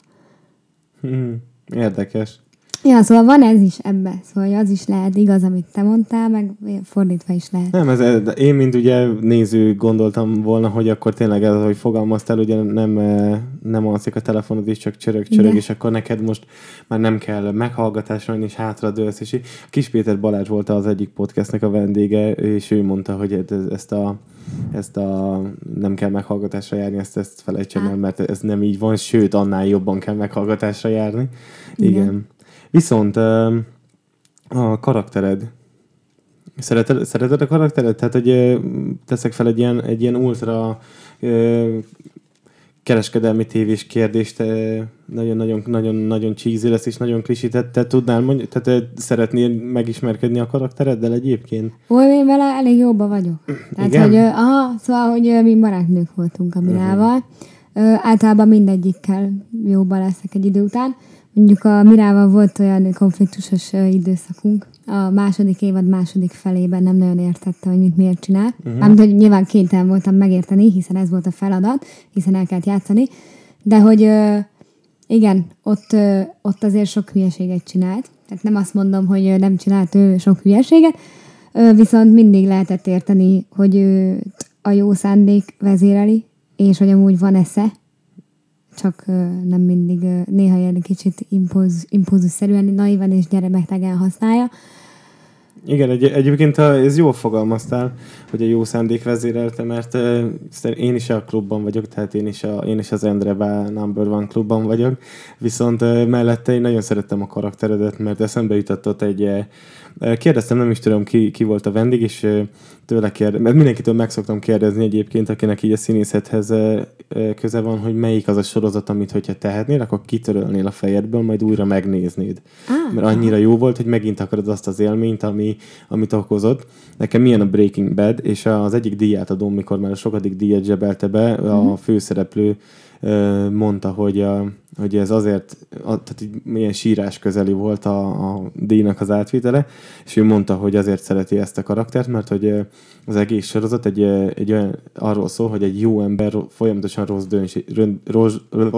Hmm, érdekes. Ja, szóval van ez is ebbe, szóval az is lehet igaz, amit te mondtál, meg fordítva is lehet. Nem, ez, én mint ugye néző gondoltam volna, hogy akkor tényleg ez, hogy fogalmaztál, ugye nem, nem alszik a telefonod, és csak csörög, csörög, és akkor neked most már nem kell meghallgatásra, és hátradőlsz, és Kis Péter Balázs volt az egyik podcastnek a vendége, és ő mondta, hogy ezt a, ezt a nem kell meghallgatásra járni, ezt, ezt felejtsem el, mert ez nem így van, sőt, annál jobban kell meghallgatásra járni. Igen. Igen. Viszont a karaktered, szereted, szereted a karaktered? Tehát, hogy teszek fel egy ilyen, egy ilyen ultra kereskedelmi tévés kérdést, nagyon-nagyon cheesy lesz, és nagyon klisé. Te, te tudnál mondani, te, te szeretnél megismerkedni a karaktereddel egyébként? Ó, én vele elég jobban vagyok. Tehát, igen? hogy, aha, szóval, hogy mi barátnők voltunk a Mirával. Uh-huh. Általában mindegyikkel jóban leszek egy idő után. Mondjuk a Mirával volt olyan konfliktusos időszakunk. A második évad második felében nem nagyon értette, hogy mit miért csinál. Uh-huh. Mármint, hogy nyilván kénytelen voltam megérteni, hiszen ez volt a feladat, hiszen el kellett játszani. De hogy igen, ott, ott azért sok hülyeséget csinált. Tehát nem azt mondom, hogy nem csinált ő sok hülyeséget, viszont mindig lehetett érteni, hogy a jó szándék vezéreli, és hogy amúgy van esze, csak nem mindig, néha ilyen kicsit impulz, impulzusszerűen, naivan és gyerekbetegen használja. Igen, egy, egyébként ez jól fogalmaztál, hogy a jó szándék vezérelte, mert uh, én is a klubban vagyok, tehát én is, a, én is az Endre Bá Number One klubban vagyok, viszont uh, mellette én nagyon szerettem a karakteredet, mert eszembe jutott ott egy... Uh, kérdeztem, nem is tudom ki, ki volt a vendég, és uh, tőle kérdez, mert mindenkitől meg szoktam kérdezni egyébként, akinek így a színészethez uh, köze van, hogy melyik az a sorozat, amit hogyha tehetnél, akkor kitörölnél a fejedből, majd újra megnéznéd. Ah, mert annyira jó volt, hogy megint akarod azt az élményt, ami, amit okozott. Nekem milyen a Breaking Bad, és az egyik díjátadóm, mikor már a sokadik díjat zsebelte be, mm-hmm. a főszereplő uh, mondta, hogy, a, hogy ez azért, a, tehát így milyen sírás közeli volt a, a díjnak az átvitele, és ő mondta, hogy azért szereti ezt a karaktert, mert hogy az egész sorozat egy, egy olyan, arról szól, hogy egy jó ember folyamatosan rossz, dönts, rossz,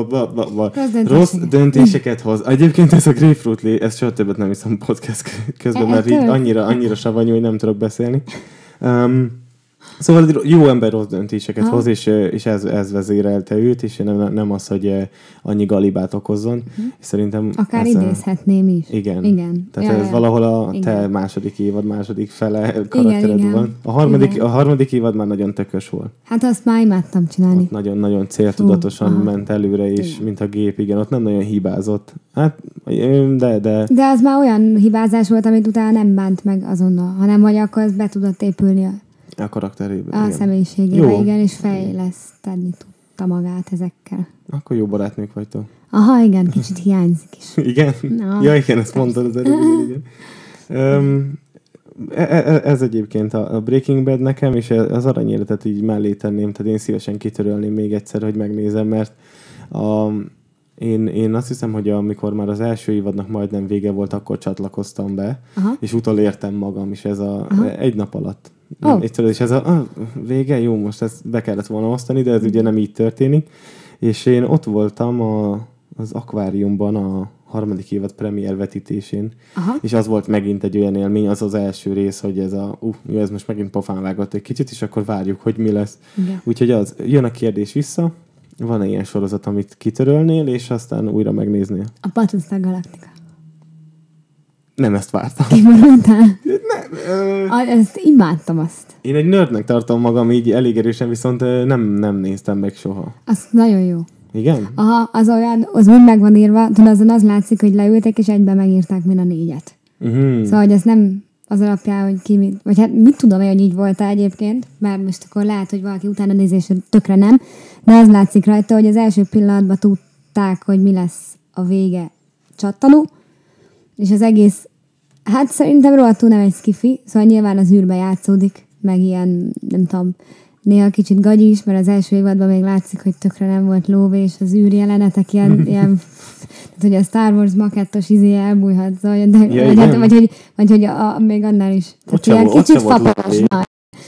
rossz döntéseket hoz. Egyébként ez a grapefruit lé, ezt soha többet nem hiszem podcast közben, mert így annyira, annyira savanyú, hogy nem tudok beszélni. Um, Szóval jó ember rossz döntéseket ha. hoz, és, és ez, ez vezérelte őt, és nem, nem az, hogy annyi galibát okozzon. Hm. És szerintem akár idézhetném is. Igen. igen. Tehát ja, ez ja. valahol a igen. te második évad, második fele karaktered van. A harmadik, a harmadik évad már nagyon tökös volt. Hát azt már imádtam csinálni. Ott nagyon-nagyon céltudatosan Hú, ment előre is, igen. mint a gép. Igen, ott nem nagyon hibázott. Hát, de, de... De az már olyan hibázás volt, amit utána nem bánt meg azonnal, hanem hogy akkor az be tudott épülni a A karakterében. A igen. személyiségében, jó. igen, és fejleszteni tudta magát ezekkel. Akkor jó barátnők vagytok. Aha, igen, kicsit hiányzik is. Igen? No, ja, igen, ezt mondtad az előbb, igen. Um, ez egyébként a Breaking Bad nekem, és az aranyéletet így mellé tenném, tehát én szívesen kitörölném még egyszer, hogy megnézem, mert a, én, én azt hiszem, hogy amikor már az első évadnak majdnem vége volt, akkor csatlakoztam be, aha. és utolértem magam is ez a aha. egy nap alatt. Oh. És ez a ah, vége, jó, most ezt be kellett volna osztani, de ez mm. ugye nem így történik. És én ott voltam a, az akváriumban a harmadik évad premier vetítésén, aha. és az volt megint egy olyan élmény, az az első rész, hogy ez a, uh, jó, ez most megint pofán vágott egy kicsit, és akkor várjuk, hogy mi lesz. Yeah. Úgyhogy az, jön a kérdés vissza, van-e ilyen sorozat, amit kitörölnél, és aztán újra megnéznél? A Battlestar Galactica. Nem ezt vártam. Kiborultál? Nem. Ö... Ezt imádtam azt. Én egy nerdnek tartom magam így elég erősen, viszont nem, nem néztem meg soha. Az nagyon jó. Igen? Aha, az olyan, az mind meg van írva, tudod, azon az látszik, hogy leültek, és egyben megírták mind a négyet. Uh-huh. Szóval, hogy ez nem az alapján, hogy ki mit, vagy hát mit tudom én, hogy így voltál egyébként, mert most akkor lehet, hogy valaki utána nézés tökre nem, de az látszik rajta, hogy az első pillanatban tudták, hogy mi lesz a vége csattanó, és az egész, hát szerintem rohadtul nem egy skifi, szóval nyilván az űrbe játszódik, meg ilyen, nem tudom, néha kicsit gagyi is, mert az első évadban még látszik, hogy tökre nem volt lóvé, és az űrjelenetek ilyen, ilyen tehát, hogy a Star Wars makettos izé elbújhat, szóval, de, ja, vagy, hát, vagy, hogy, vagy hogy a, még annál is. Tehát ilyen volt, kicsit fapados nagy.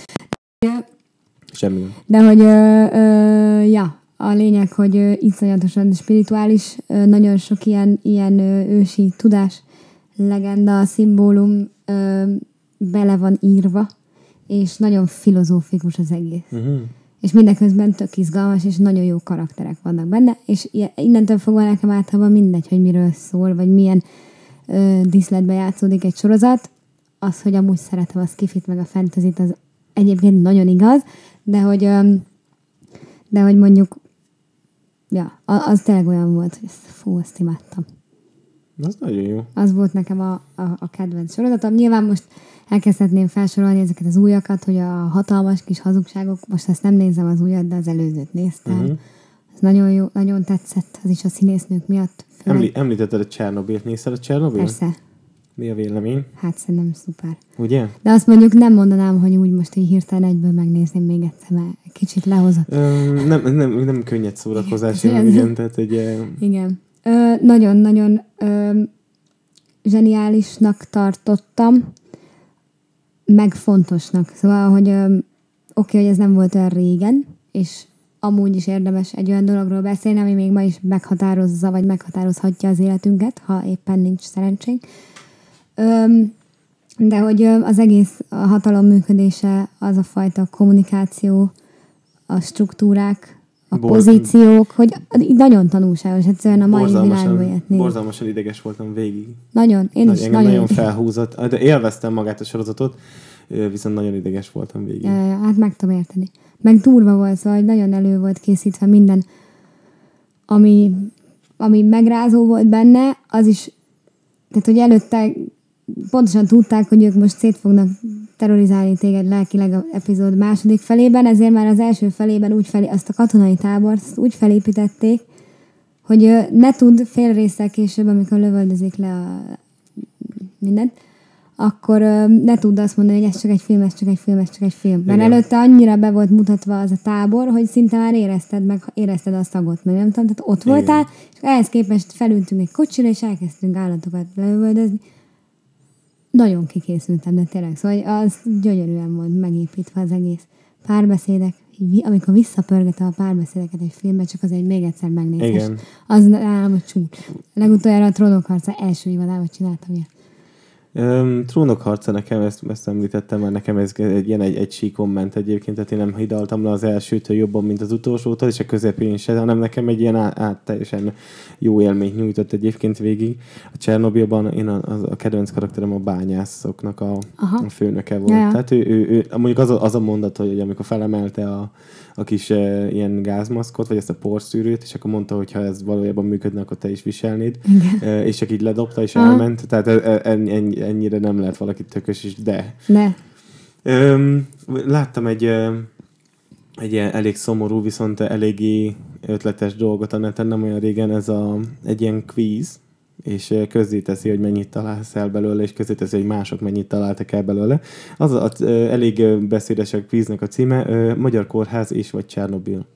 Semmi. De hogy, ö, ö, ja, a lényeg, hogy ö, iszonyatosan spirituális, ö, nagyon sok ilyen, ilyen ö, ősi tudás, legenda, szimbólum ö, bele van írva, és nagyon filozófikus az egész. Uh-huh. És mindeközben tök izgalmas, és nagyon jó karakterek vannak benne, és innentől fogva nekem általában mindegy, hogy miről szól, vagy milyen ö, díszletbe játszódik egy sorozat. Az, hogy amúgy szeretem a skifit, meg a fantasyt, az egyébként nagyon igaz, de hogy, ö, de hogy mondjuk ja, az tényleg olyan volt, hogy fú, azt imádtam. Az nagyon jó. Az volt nekem a, a, a kedvenc sorozatom. Nyilván most elkezdhetném felsorolni ezeket az újakat, hogy a hatalmas kis hazugságok, most ezt nem nézem az újat, de az előzőt néztem. Uh-huh. Ez nagyon jó, nagyon tetszett, az is a színésznők miatt. Emlí- említetted a Csernobilt, nézted a Csernobilt? Persze. Mi a vélemény? Hát szerintem szuper. Ugye? De azt mondjuk nem mondanám, hogy úgy most így hirtelen egyből megnézném még egyszer, mert kicsit lehozott. Ö, nem, nem, nem könnyed szórakozás, igen, igen, tehát egy... Igen. Ö, nagyon-nagyon ö, zseniálisnak tartottam, meg fontosnak. Szóval, hogy ö, oké, okay, hogy ez nem volt olyan régen, és amúgy is érdemes egy olyan dologról beszélni, ami még ma is meghatározza, vagy meghatározhatja az életünket, ha éppen nincs szerencsénk. Öm, de hogy az egész a hatalom működése, az a fajta kommunikáció, a struktúrák, a Bor- pozíciók, hogy nagyon tanulságos, egyszerűen a mai világban ilyet. Borzalmasan ideges voltam végig. Nagyon, én is. Engem nagyon, nagyon felhúzott, de élveztem magát a sorozatot, viszont nagyon ideges voltam végig. Ja, ja, hát meg tudom érteni. Meg durva volt, szóval nagyon elő volt készítve minden, ami, ami megrázó volt benne, az is, tehát hogy előtte pontosan tudták, hogy ők most szét fognak terrorizálni téged lelkileg az epizód második felében, ezért már az első felében úgy felé, azt a katonai tábort azt úgy felépítették, hogy ne tud fél résszel később, amikor lövöldözik le a mindent, akkor ne tudd azt mondani, hogy ez csak egy film, ez csak egy film, ez csak egy film. Mert igen. Előtte annyira be volt mutatva az a tábor, hogy szinte már érezted, meg érezted a szagot, meg nem tudom, tehát ott igen. voltál, és ehhez képest felültünk egy kocsira, és elkezdtünk állatokat lövöldözni. Nagyon kikészültem, de tényleg, szóval az gyönyörűen volt megépítve az egész. Párbeszédek, amikor visszapörgetem a párbeszédeket egy filmbe, csak azért még egyszer megnézés. Az nálam a csúcs. Legutoljára a Trónok harca első évadában csináltam ilyet. Um, Trónok harca nekem, ezt, ezt említettem, mert nekem ez egy ilyen egy, egy sí komment egyébként, tehát én nem hidaltam le az elsőtől jobban, mint az utolsótól, és a közepén se, hanem nekem egy ilyen át, át teljesen jó élményt nyújtott egyébként végig. A Csernobilban én a, a, a kedvenc karakterem a bányászoknak a, a főnöke volt. Ja. Tehát ő, ő, ő, mondjuk az a, az a mondat, hogy amikor felemelte a, a kis uh, ilyen gázmaszkot, vagy ezt a porszűrőt, és akkor mondta, hogy ha ez valójában működne, akkor te is viselnéd. Uh, és csak így ledobta, és Aha. elment. Tehát en, en, ennyire nem lehet valaki tökös is, de... Ne. Um, láttam egy, egy elég szomorú, viszont eléggé ötletes dolgot a neten, nem olyan régen, ez a, egy ilyen quiz, és közzéteszi, hogy mennyit találsz el belőle, és közzéteszi, hogy mások mennyit találtak el belőle. Az a, a, elég beszédes a quiznek a címe, Magyar Kórház és vagy Csernobil.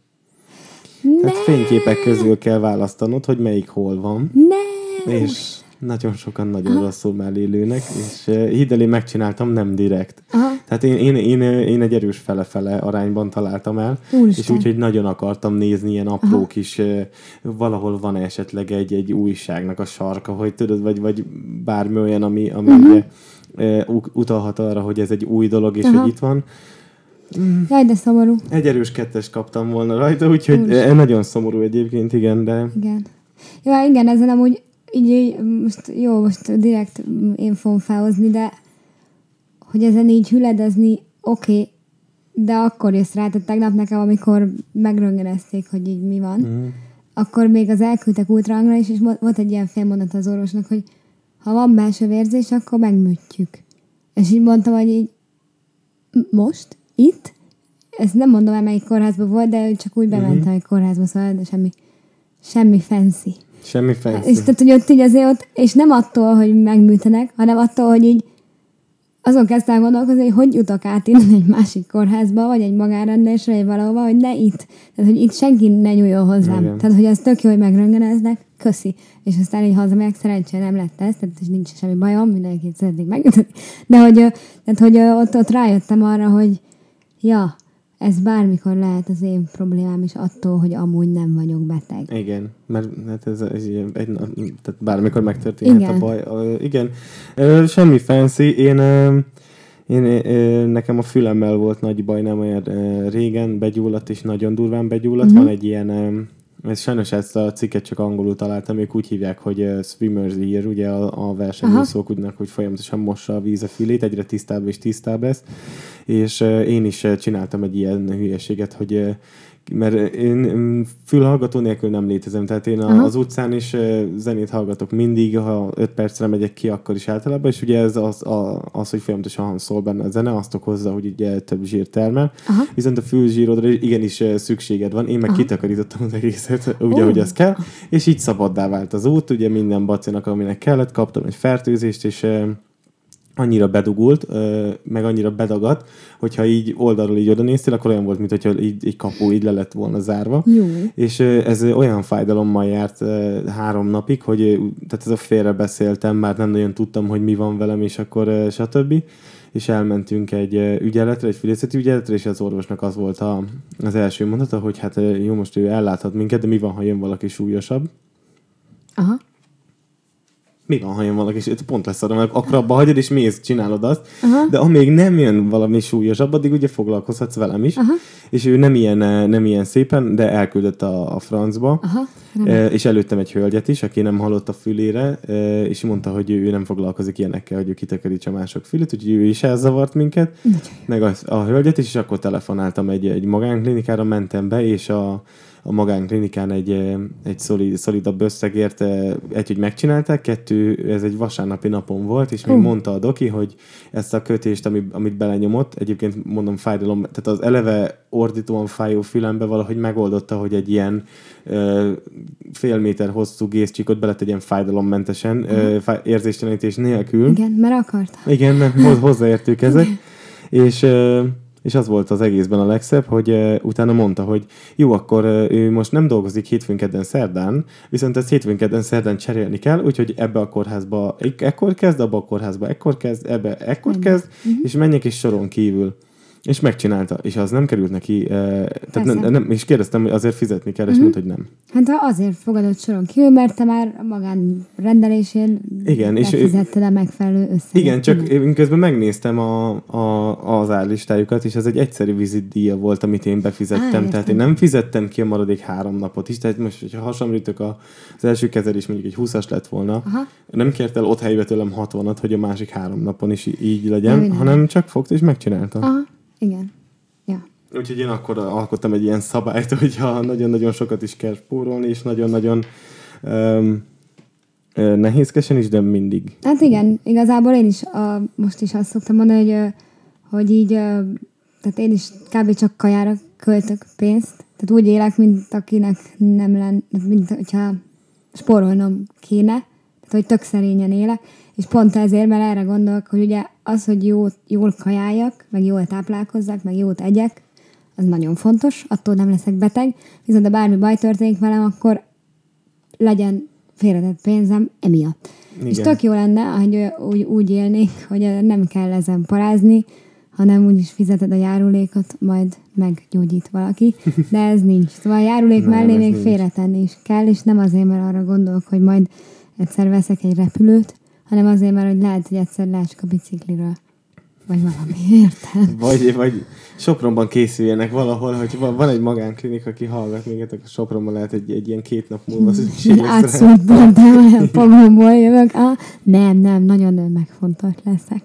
Ne. Tehát fényképek közül kell választanod, hogy melyik hol van. Ne. És nagyon sokan nagyon Aha. rosszul mellé lőnek, és uh, hidd el, én megcsináltam, nem direkt. Aha. Tehát én, én, én, én egy erős fele-fele arányban találtam el, Úristen. És úgyhogy nagyon akartam nézni ilyen apró Aha. kis, uh, valahol van esetleg egy, egy újságnak a sarka, hogy tudod, vagy, vagy bármi olyan, ami, ami uh-huh. ugye, uh, utalhat arra, hogy ez egy új dolog, és Aha. hogy itt van. Mm. Jaj, de szomorú. Egy erős kettes kaptam volna rajta, úgyhogy Úristen. Nagyon szomorú egyébként, igen, de... Igen. Jó, igen, ezen amúgy Így, így, most jó, most direkt én fogom felhozni, de hogy ezen így hüledezni, oké, okay, de akkor jössz rá, tehát tegnap nekem, amikor megröntgenezték, hogy így mi van, mm. akkor még az elküldtek ultrahangra is, és volt egy ilyen félmondat az orvosnak, hogy ha van belső vérzés, akkor megműtjük. És így mondtam, hogy így most? Itt? Ezt nem mondom el, melyik kórházban volt, de csak úgy bementem mm-hmm. egy kórházba, szóval, de semmi, semmi fancy. Semmi fancy. És tehát, hogy ott így azért ott, és nem attól, hogy megműtenek, hanem attól, hogy így azon kezdtem gondolkozni, hogy hogy jutok át innen egy másik kórházba, vagy egy magánrendésre, vagy valahova, hogy ne itt. Tehát, hogy itt senki ne nyúljon hozzám. Igen. Tehát, hogy az tök jó, hogy megröntgeneznek, köszi. És aztán így hazamegyek, szerencsére nem lett ez, tehát nincs semmi bajom, mindenkit szeretnék megütni. De hogy, tehát, hogy ott, ott rájöttem arra, hogy ja, ez bármikor lehet az én problémám is attól, hogy amúgy nem vagyok beteg. Igen, mert hát ez, ez egy, egy, tehát bármikor megtörténhet igen. a baj. Uh, igen, uh, semmi fancy. Én, uh, én uh, nekem a fülemmel volt nagy baj, nem olyan uh, régen begyulladt, és nagyon durván begyulladt. Uh-huh. Van egy ilyen... Um, Ez, sajnos ezt a cikket csak angolul találtam, ők úgy hívják, hogy uh, swimmer's ear, ugye a, a versenyúszók úgynak, hogy folyamatosan mossa a víz a fülét, egyre tisztább és tisztább lesz. És uh, én is uh, csináltam egy ilyen hülyeséget, hogy uh, mert én fülhallgató nélkül nem létezem, tehát én a, az utcán is zenét hallgatok mindig, ha öt percre megyek ki, akkor is általában, és ugye ez az, a, az hogy folyamatosan szól benne a zene, azt okozza, hogy ugye több zsír termel. Aha. Viszont a fülzsírodra igenis szükséged van, én meg Aha. kitakarítottam az egészet, úgy, oh. ahogy az kell, és így szabaddá vált az út, ugye minden bacinak, aminek kellett, kaptam egy fertőzést, és annyira bedugult, meg annyira bedagadt, hogyha így oldalról így oda néztél, akkor olyan volt, mint hogyha így, így kapu így le lett volna zárva. Jó. És ez olyan fájdalommal járt három napig, hogy tehát ez a félrebeszéltem, már nem nagyon tudtam, hogy mi van velem, és akkor stb. És elmentünk egy ügyeletre, egy fülészeti ügyeletre, és az orvosnak az volt a, az első mondata, hogy hát jó, most ő elláthat minket, de mi van, ha jön valaki súlyosabb? Aha. Mi van, ha jön valaki, és pont lesz arra, mert akkor abba hagyod, és mész, csinálod azt, Aha. de amíg nem jön valami súlyosabb, addig ugye foglalkozhatsz velem is, Aha. és ő nem ilyen, nem ilyen szépen, de elküldött a, a francba, Aha, e, és előttem egy hölgyet is, aki nem hallott a fülére, e, és mondta, hogy ő nem foglalkozik ilyenekkel, hogy ő kitakarítsa mások fülét, úgyhogy ő is elzavart minket, meg a, a hölgyet is, és akkor telefonáltam egy, egy magánklinikára, mentem be, és a a magánklinikán egy, egy szolid, szolidabb összegért egy, hogy megcsinálták, kettő, ez egy vasárnapi napon volt, és még uh. mondta a doki, hogy ezt a kötést, amit, amit belenyomott, egyébként mondom fájdalom, tehát az eleve ordítóan fájó fülembe valahogy megoldotta, hogy egy ilyen ö, fél méter hosszú gészcsíkot beletegyen fájdalommentesen, uh. ö, érzéstelenítés nélkül. Igen, mert akarta. Igen, mert hozzáértük ezek. És... Ö, És az volt az egészben a legszebb, hogy uh, utána mondta, hogy jó, akkor uh, ő most nem dolgozik hétfőn, kedden, szerdán, viszont ezt hétfőn, kedden, szerdán cserélni kell, úgyhogy ebbe a kórházba ekkor kezd, abba a kórházba ekkor kezd, ebbe ekkor kezd, uh-huh. és menjek is soron kívül. És megcsinálta, és az nem került neki, uh, tehát nem, nem, és kérdeztem, hogy azért fizetni kell, és uh-huh. mondta, hogy nem. Hát azért fogadott soron kívül, mert te már a magán rendelésén igen, befizetted a megfelelő összeget. Igen, csak én közben megnéztem a, a, az árlistájukat, és ez egy egyszerű vizitdíja volt, amit én befizettem, Á, tehát én nem fizettem ki a maradék három napot is, tehát most, hogyha hasonlítok az első kezelés mondjuk egy húszas lett volna, Aha. nem kért el ott helybe tőlem hatvanat, hogy a másik három napon is így legyen, nem, hanem nem. csak fogta és megcsinálta. Aha. Igen. Ja. Úgyhogy én akkor alkottam egy ilyen szabályt, hogyha nagyon-nagyon sokat is kell spórolni, és nagyon-nagyon um, nehézkesen is, de mindig. Hát igen, igazából én is a, most is azt szoktam mondani, hogy, hogy így, tehát én is kb. Csak kajára költök pénzt. Tehát úgy élek, mint akinek nem lenne, mint hogyha spórolnom kéne, tehát hogy tök szerényen élek. És pont ezért, mert erre gondolok, hogy ugye az, hogy jó, jól kajáljak, meg jól táplálkozzak, meg jót egyek, az nagyon fontos, attól nem leszek beteg, viszont ha bármi baj történik velem, akkor legyen félretett pénzem emiatt. Igen. És tök jó lenne, hogy úgy, úgy élnék, hogy nem kell ezen parázni, hanem úgyis fizeted a járulékot, majd meggyógyít valaki, de ez nincs. Szóval a járulék nem, mellé még nincs. Félretenni is kell, és nem azért, mert arra gondolok, hogy majd egyszer veszek egy repülőt, hanem azért, mert hogy lehet, hogy egyszer leesik a bicikliről. Vagy valami, érted? Vagy, vagy Sopronban készüljenek valahol, hogy van egy magánklinik, aki hallgat minket, akkor Sopronban lehet egy, egy ilyen két nap múlva szükség lesz. Átszúrtam, de olyan pogomból jövök. Ah, nem, nem, nagyon megfontolt leszek.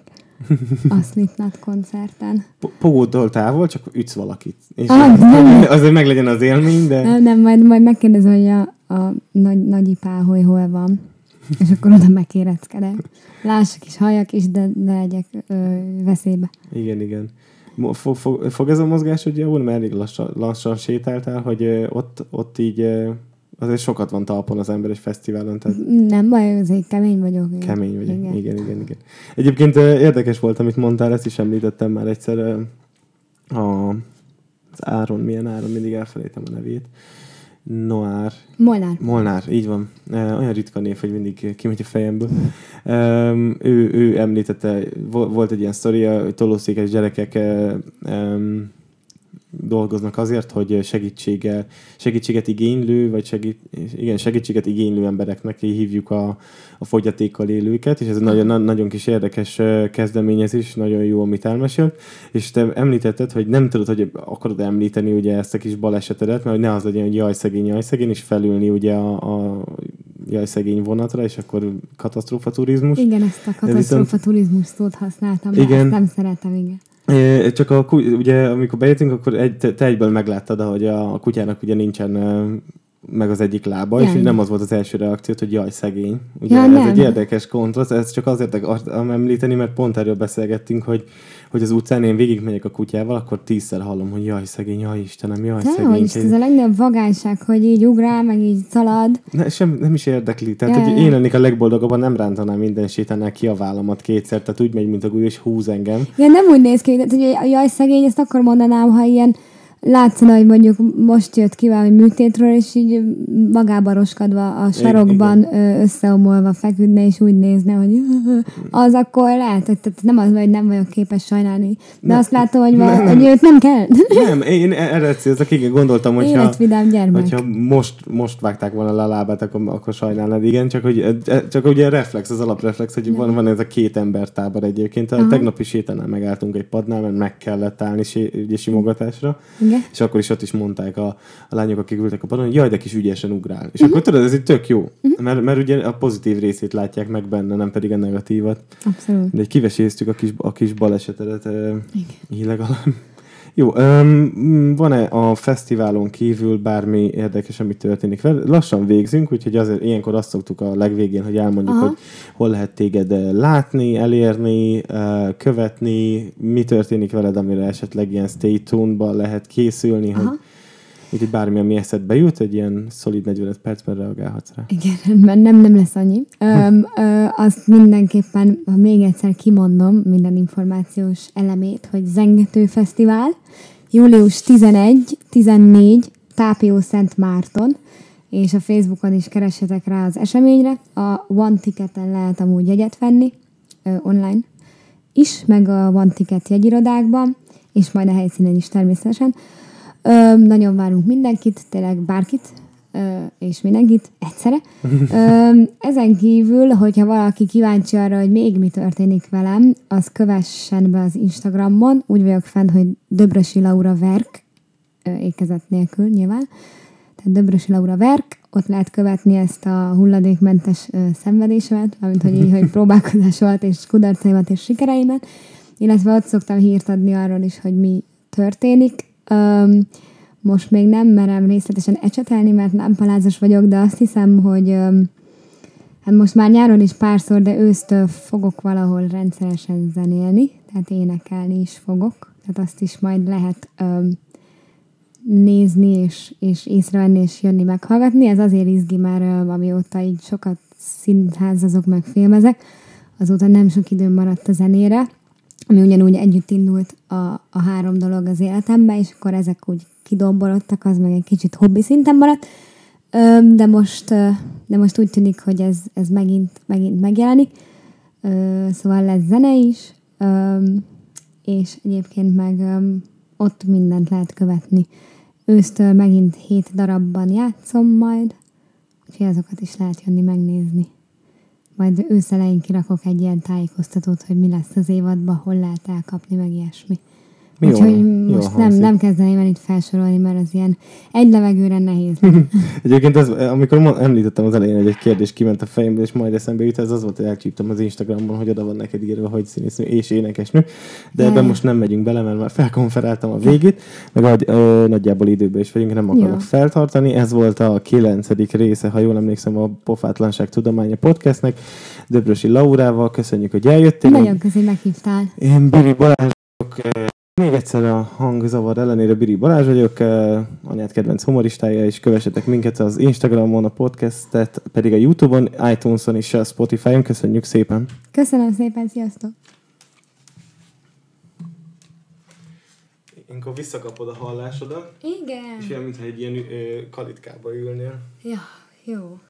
A Slipknot koncerten. Pogótól távol, csak ütsz valakit. És ah, nem. Azért meg legyen az élmény, de... Nem, nem, majd, majd megkérdezem, hogy a, a nagy, nagyipá, hogy hol van. És akkor oda megkéreckedek. Lássak is, halljak is, de ne legyek ö, veszélybe. Igen, igen. Fog, fog, fog ez a mozgás, hogy javulni, mert elég lassan, lassan sétáltál, hogy ö, ott, ott így ö, azért sokat van talpon az ember egy fesztiválon. Tehát... Nem baj, azért kemény vagyok. Igen. Kemény vagyok, igen. igen, igen, igen. Egyébként ö, érdekes volt, amit mondtál, ezt is említettem már egyszer. Ö, a, az Áron, milyen Áron, mindig elfelejtem a nevét. Noár. Molnár. Molnár, így van. E, olyan ritka név, hogy mindig kimegy a fejemből. E, ő, ő említette, volt egy ilyen sztoria, hogy tolószékes gyerekek e, e, dolgoznak azért, hogy segítsége, segítséget igénylő, vagy segít, igen, segítséget igénylő embereknek hívjuk a, a fogyatékkal élőket, és ez egy nagyon, nagyon kis érdekes kezdeményezés, nagyon jó, amit elmesélt, és te említetted, hogy nem tudod, hogy akarod említeni ugye ezt a kis balesetedet, mert hogy ne az legyen, hogy jaj szegény, jaj szegény, és felülni ugye a, a jaj szegény vonatra, és akkor katasztrófa turizmus. Igen, ezt a katasztrófa turizmus szót használtam, de igen. Ezt nem szeretem, igen. É, csak a, ugye, amikor bejöttünk, akkor egy, te egyből megláttad, hogy a, a kutyának ugye nincsen meg az egyik lába, jaj. És nem az volt az első reakció, hogy jaj, szegény. Ugye ja, ez nem. Egy érdekes kontraszt, ezt csak azért akartam említeni, mert pont erről beszélgettünk, hogy, hogy az utcán én végigmegyek a kutyával, akkor tízszer hallom, hogy jaj, szegény, jaj, Istenem, jaj, te szegény. Hogy ez a legnagyobb vagányság, hogy így ugrál, meg így szalad. Ne, sem, nem is érdekli. Tehát, ja, hogy ja. Én lennék a legboldogabban, nem rántanám minden sétánál ki a vállamat kétszer, tehát úgy megy, mint a gulyó, és húz engem. Ja, nem úgy néz ki, hogy a jaj, szegény, ezt akkor mondanám, ha ilyen látszana, hogy mondjuk most jött ki valami műtétről, és így magába roskadva a sarokban igen. összeomolva feküdne, és úgy nézne, hogy az akkor lehet, hogy nem az, hogy nem vagyok képes sajnálni. De nem, azt látom, hogy, nem, val- hogy őt nem kell. Nem, én erre célzak, igen, gondoltam, hogyha, életvidám gyermek. Hogyha most, most vágták volna le a lábát, akkor, akkor sajnálnád, igen, csak, hogy, csak ugye a reflex, az alapreflex, hogy van, van ez a két ember tábor egyébként. A tegnapi sétánál megálltunk egy padnál, mert meg kellett állni ugye simogatásra. Igen. És akkor is ott is mondták a, a lányok, akik ültek a padon, hogy jaj, de kis ügyesen ugrál. És uh-huh. akkor tudod, ez egy tök jó. Uh-huh. Mert, mert ugye a pozitív részét látják meg benne, nem pedig a negatívat. Abszolút. De kiveséztük a kis, a kis balesetedet illegalán. Jó, um, van-e a fesztiválon kívül bármi érdekes, ami történik vele? Lassan végzünk, úgyhogy azért ilyenkor azt szoktuk a legvégén, hogy elmondjuk, aha. hogy hol lehet téged látni, elérni, követni, mi történik veled, amire esetleg ilyen stay tuned-ba lehet készülni, aha. hogy úgyhogy bármi, ami eszedbe jut, egy ilyen szolid negyvenöt percben reagálhatsz rá. Igen, mert nem, nem lesz annyi. Öm, ö, azt mindenképpen, ha még egyszer kimondom minden információs elemét, hogy Zengető Fesztivál, július tizenegy tizennégy, Tápió Szent Márton, és a Facebookon is keressetek rá az eseményre. A One Ticketen lehet amúgy jegyet venni, ö, online is, meg a One Ticket jegyirodákban, és majd a helyszínen is természetesen. Ö, nagyon várunk mindenkit, tényleg bárkit, ö, és mindenkit egyszerre. Ö, ezen kívül, hogyha valaki kíváncsi arra, hogy még mi történik velem, az kövessen be az Instagramon. Úgy vagyok fenn, hogy Döbrösi Laura Verk, ö, ékezet nélkül nyilván. Tehát Döbrösi Laura Verk, ott lehet követni ezt a hulladékmentes ö, szenvedésemet, amint hogy így, hogy próbálkozásomat, és kudarcaimat, és sikereimet. Illetve ott szoktam hírt adni arról is, hogy mi történik. Um, most még nem merem részletesen ecsetelni, mert nem palázos vagyok, de azt hiszem, hogy um, hát most már nyáron is párszor, de ősztől fogok valahol rendszeresen zenélni, tehát énekelni is fogok, tehát azt is majd lehet um, nézni, és, és észrevenni, és jönni meghallgatni. Ez azért izgi már, um, amióta így sokat színházazok, meg filmezek, azóta nem sok időm maradt a zenére, ami ugyanúgy együtt indult a, a három dolog az életemben, és akkor ezek úgy kidomborodtak, az meg egy kicsit hobbi szinten maradt, de most, de most úgy tűnik, hogy ez, ez megint, megint megjelenik, szóval lesz zene is, és egyébként meg ott mindent lehet követni. Ősztől megint hét darabban játszom majd, úgyhogy azokat is lehet jönni megnézni. Majd őszelején kirakok egy ilyen tájékoztatót, hogy mi lesz az évadban, hol lehet elkapni, meg ilyesmi. Jó, úgyhogy most jó, nem, nem kezdeném el itt felsorolni, mert az ilyen egy levegőre nehéz. Egyébként ez, amikor említettem az elején, hogy egy kérdés kiment a fejemből, és majd eszembe jut, ez az volt, hogy elcsíptem az Instagramon, hogy oda van neked írva, hogy színésznő és énekesnő. De ebben most nem megyünk bele, mert már felkonferáltam a végét, meg a, ö, nagyjából időben is vagyunk, nem akarok jó. feltartani. Ez volt a kilencedik része, ha jól emlékszem, a Pofátlanság Tudománya podcastnek. Döbrösi Laurával, köszönjük, hogy eljöttél. Nagyon köszönjük, meghívtál. Én Biri Balázs vagyok. Még egyszer a hangzavar ellenére Biri Balázs vagyok, anyád kedvenc humoristája, és kövessetek minket az Instagramon, a podcastet, pedig a YouTube-on, iTunes-on és a Spotify-on. Köszönjük szépen! Köszönöm szépen, sziasztok! Amikor visszakapod a hallásodat, igen. és olyan, mintha egy ilyen ö, kalitkába ülnél. Ja, jó.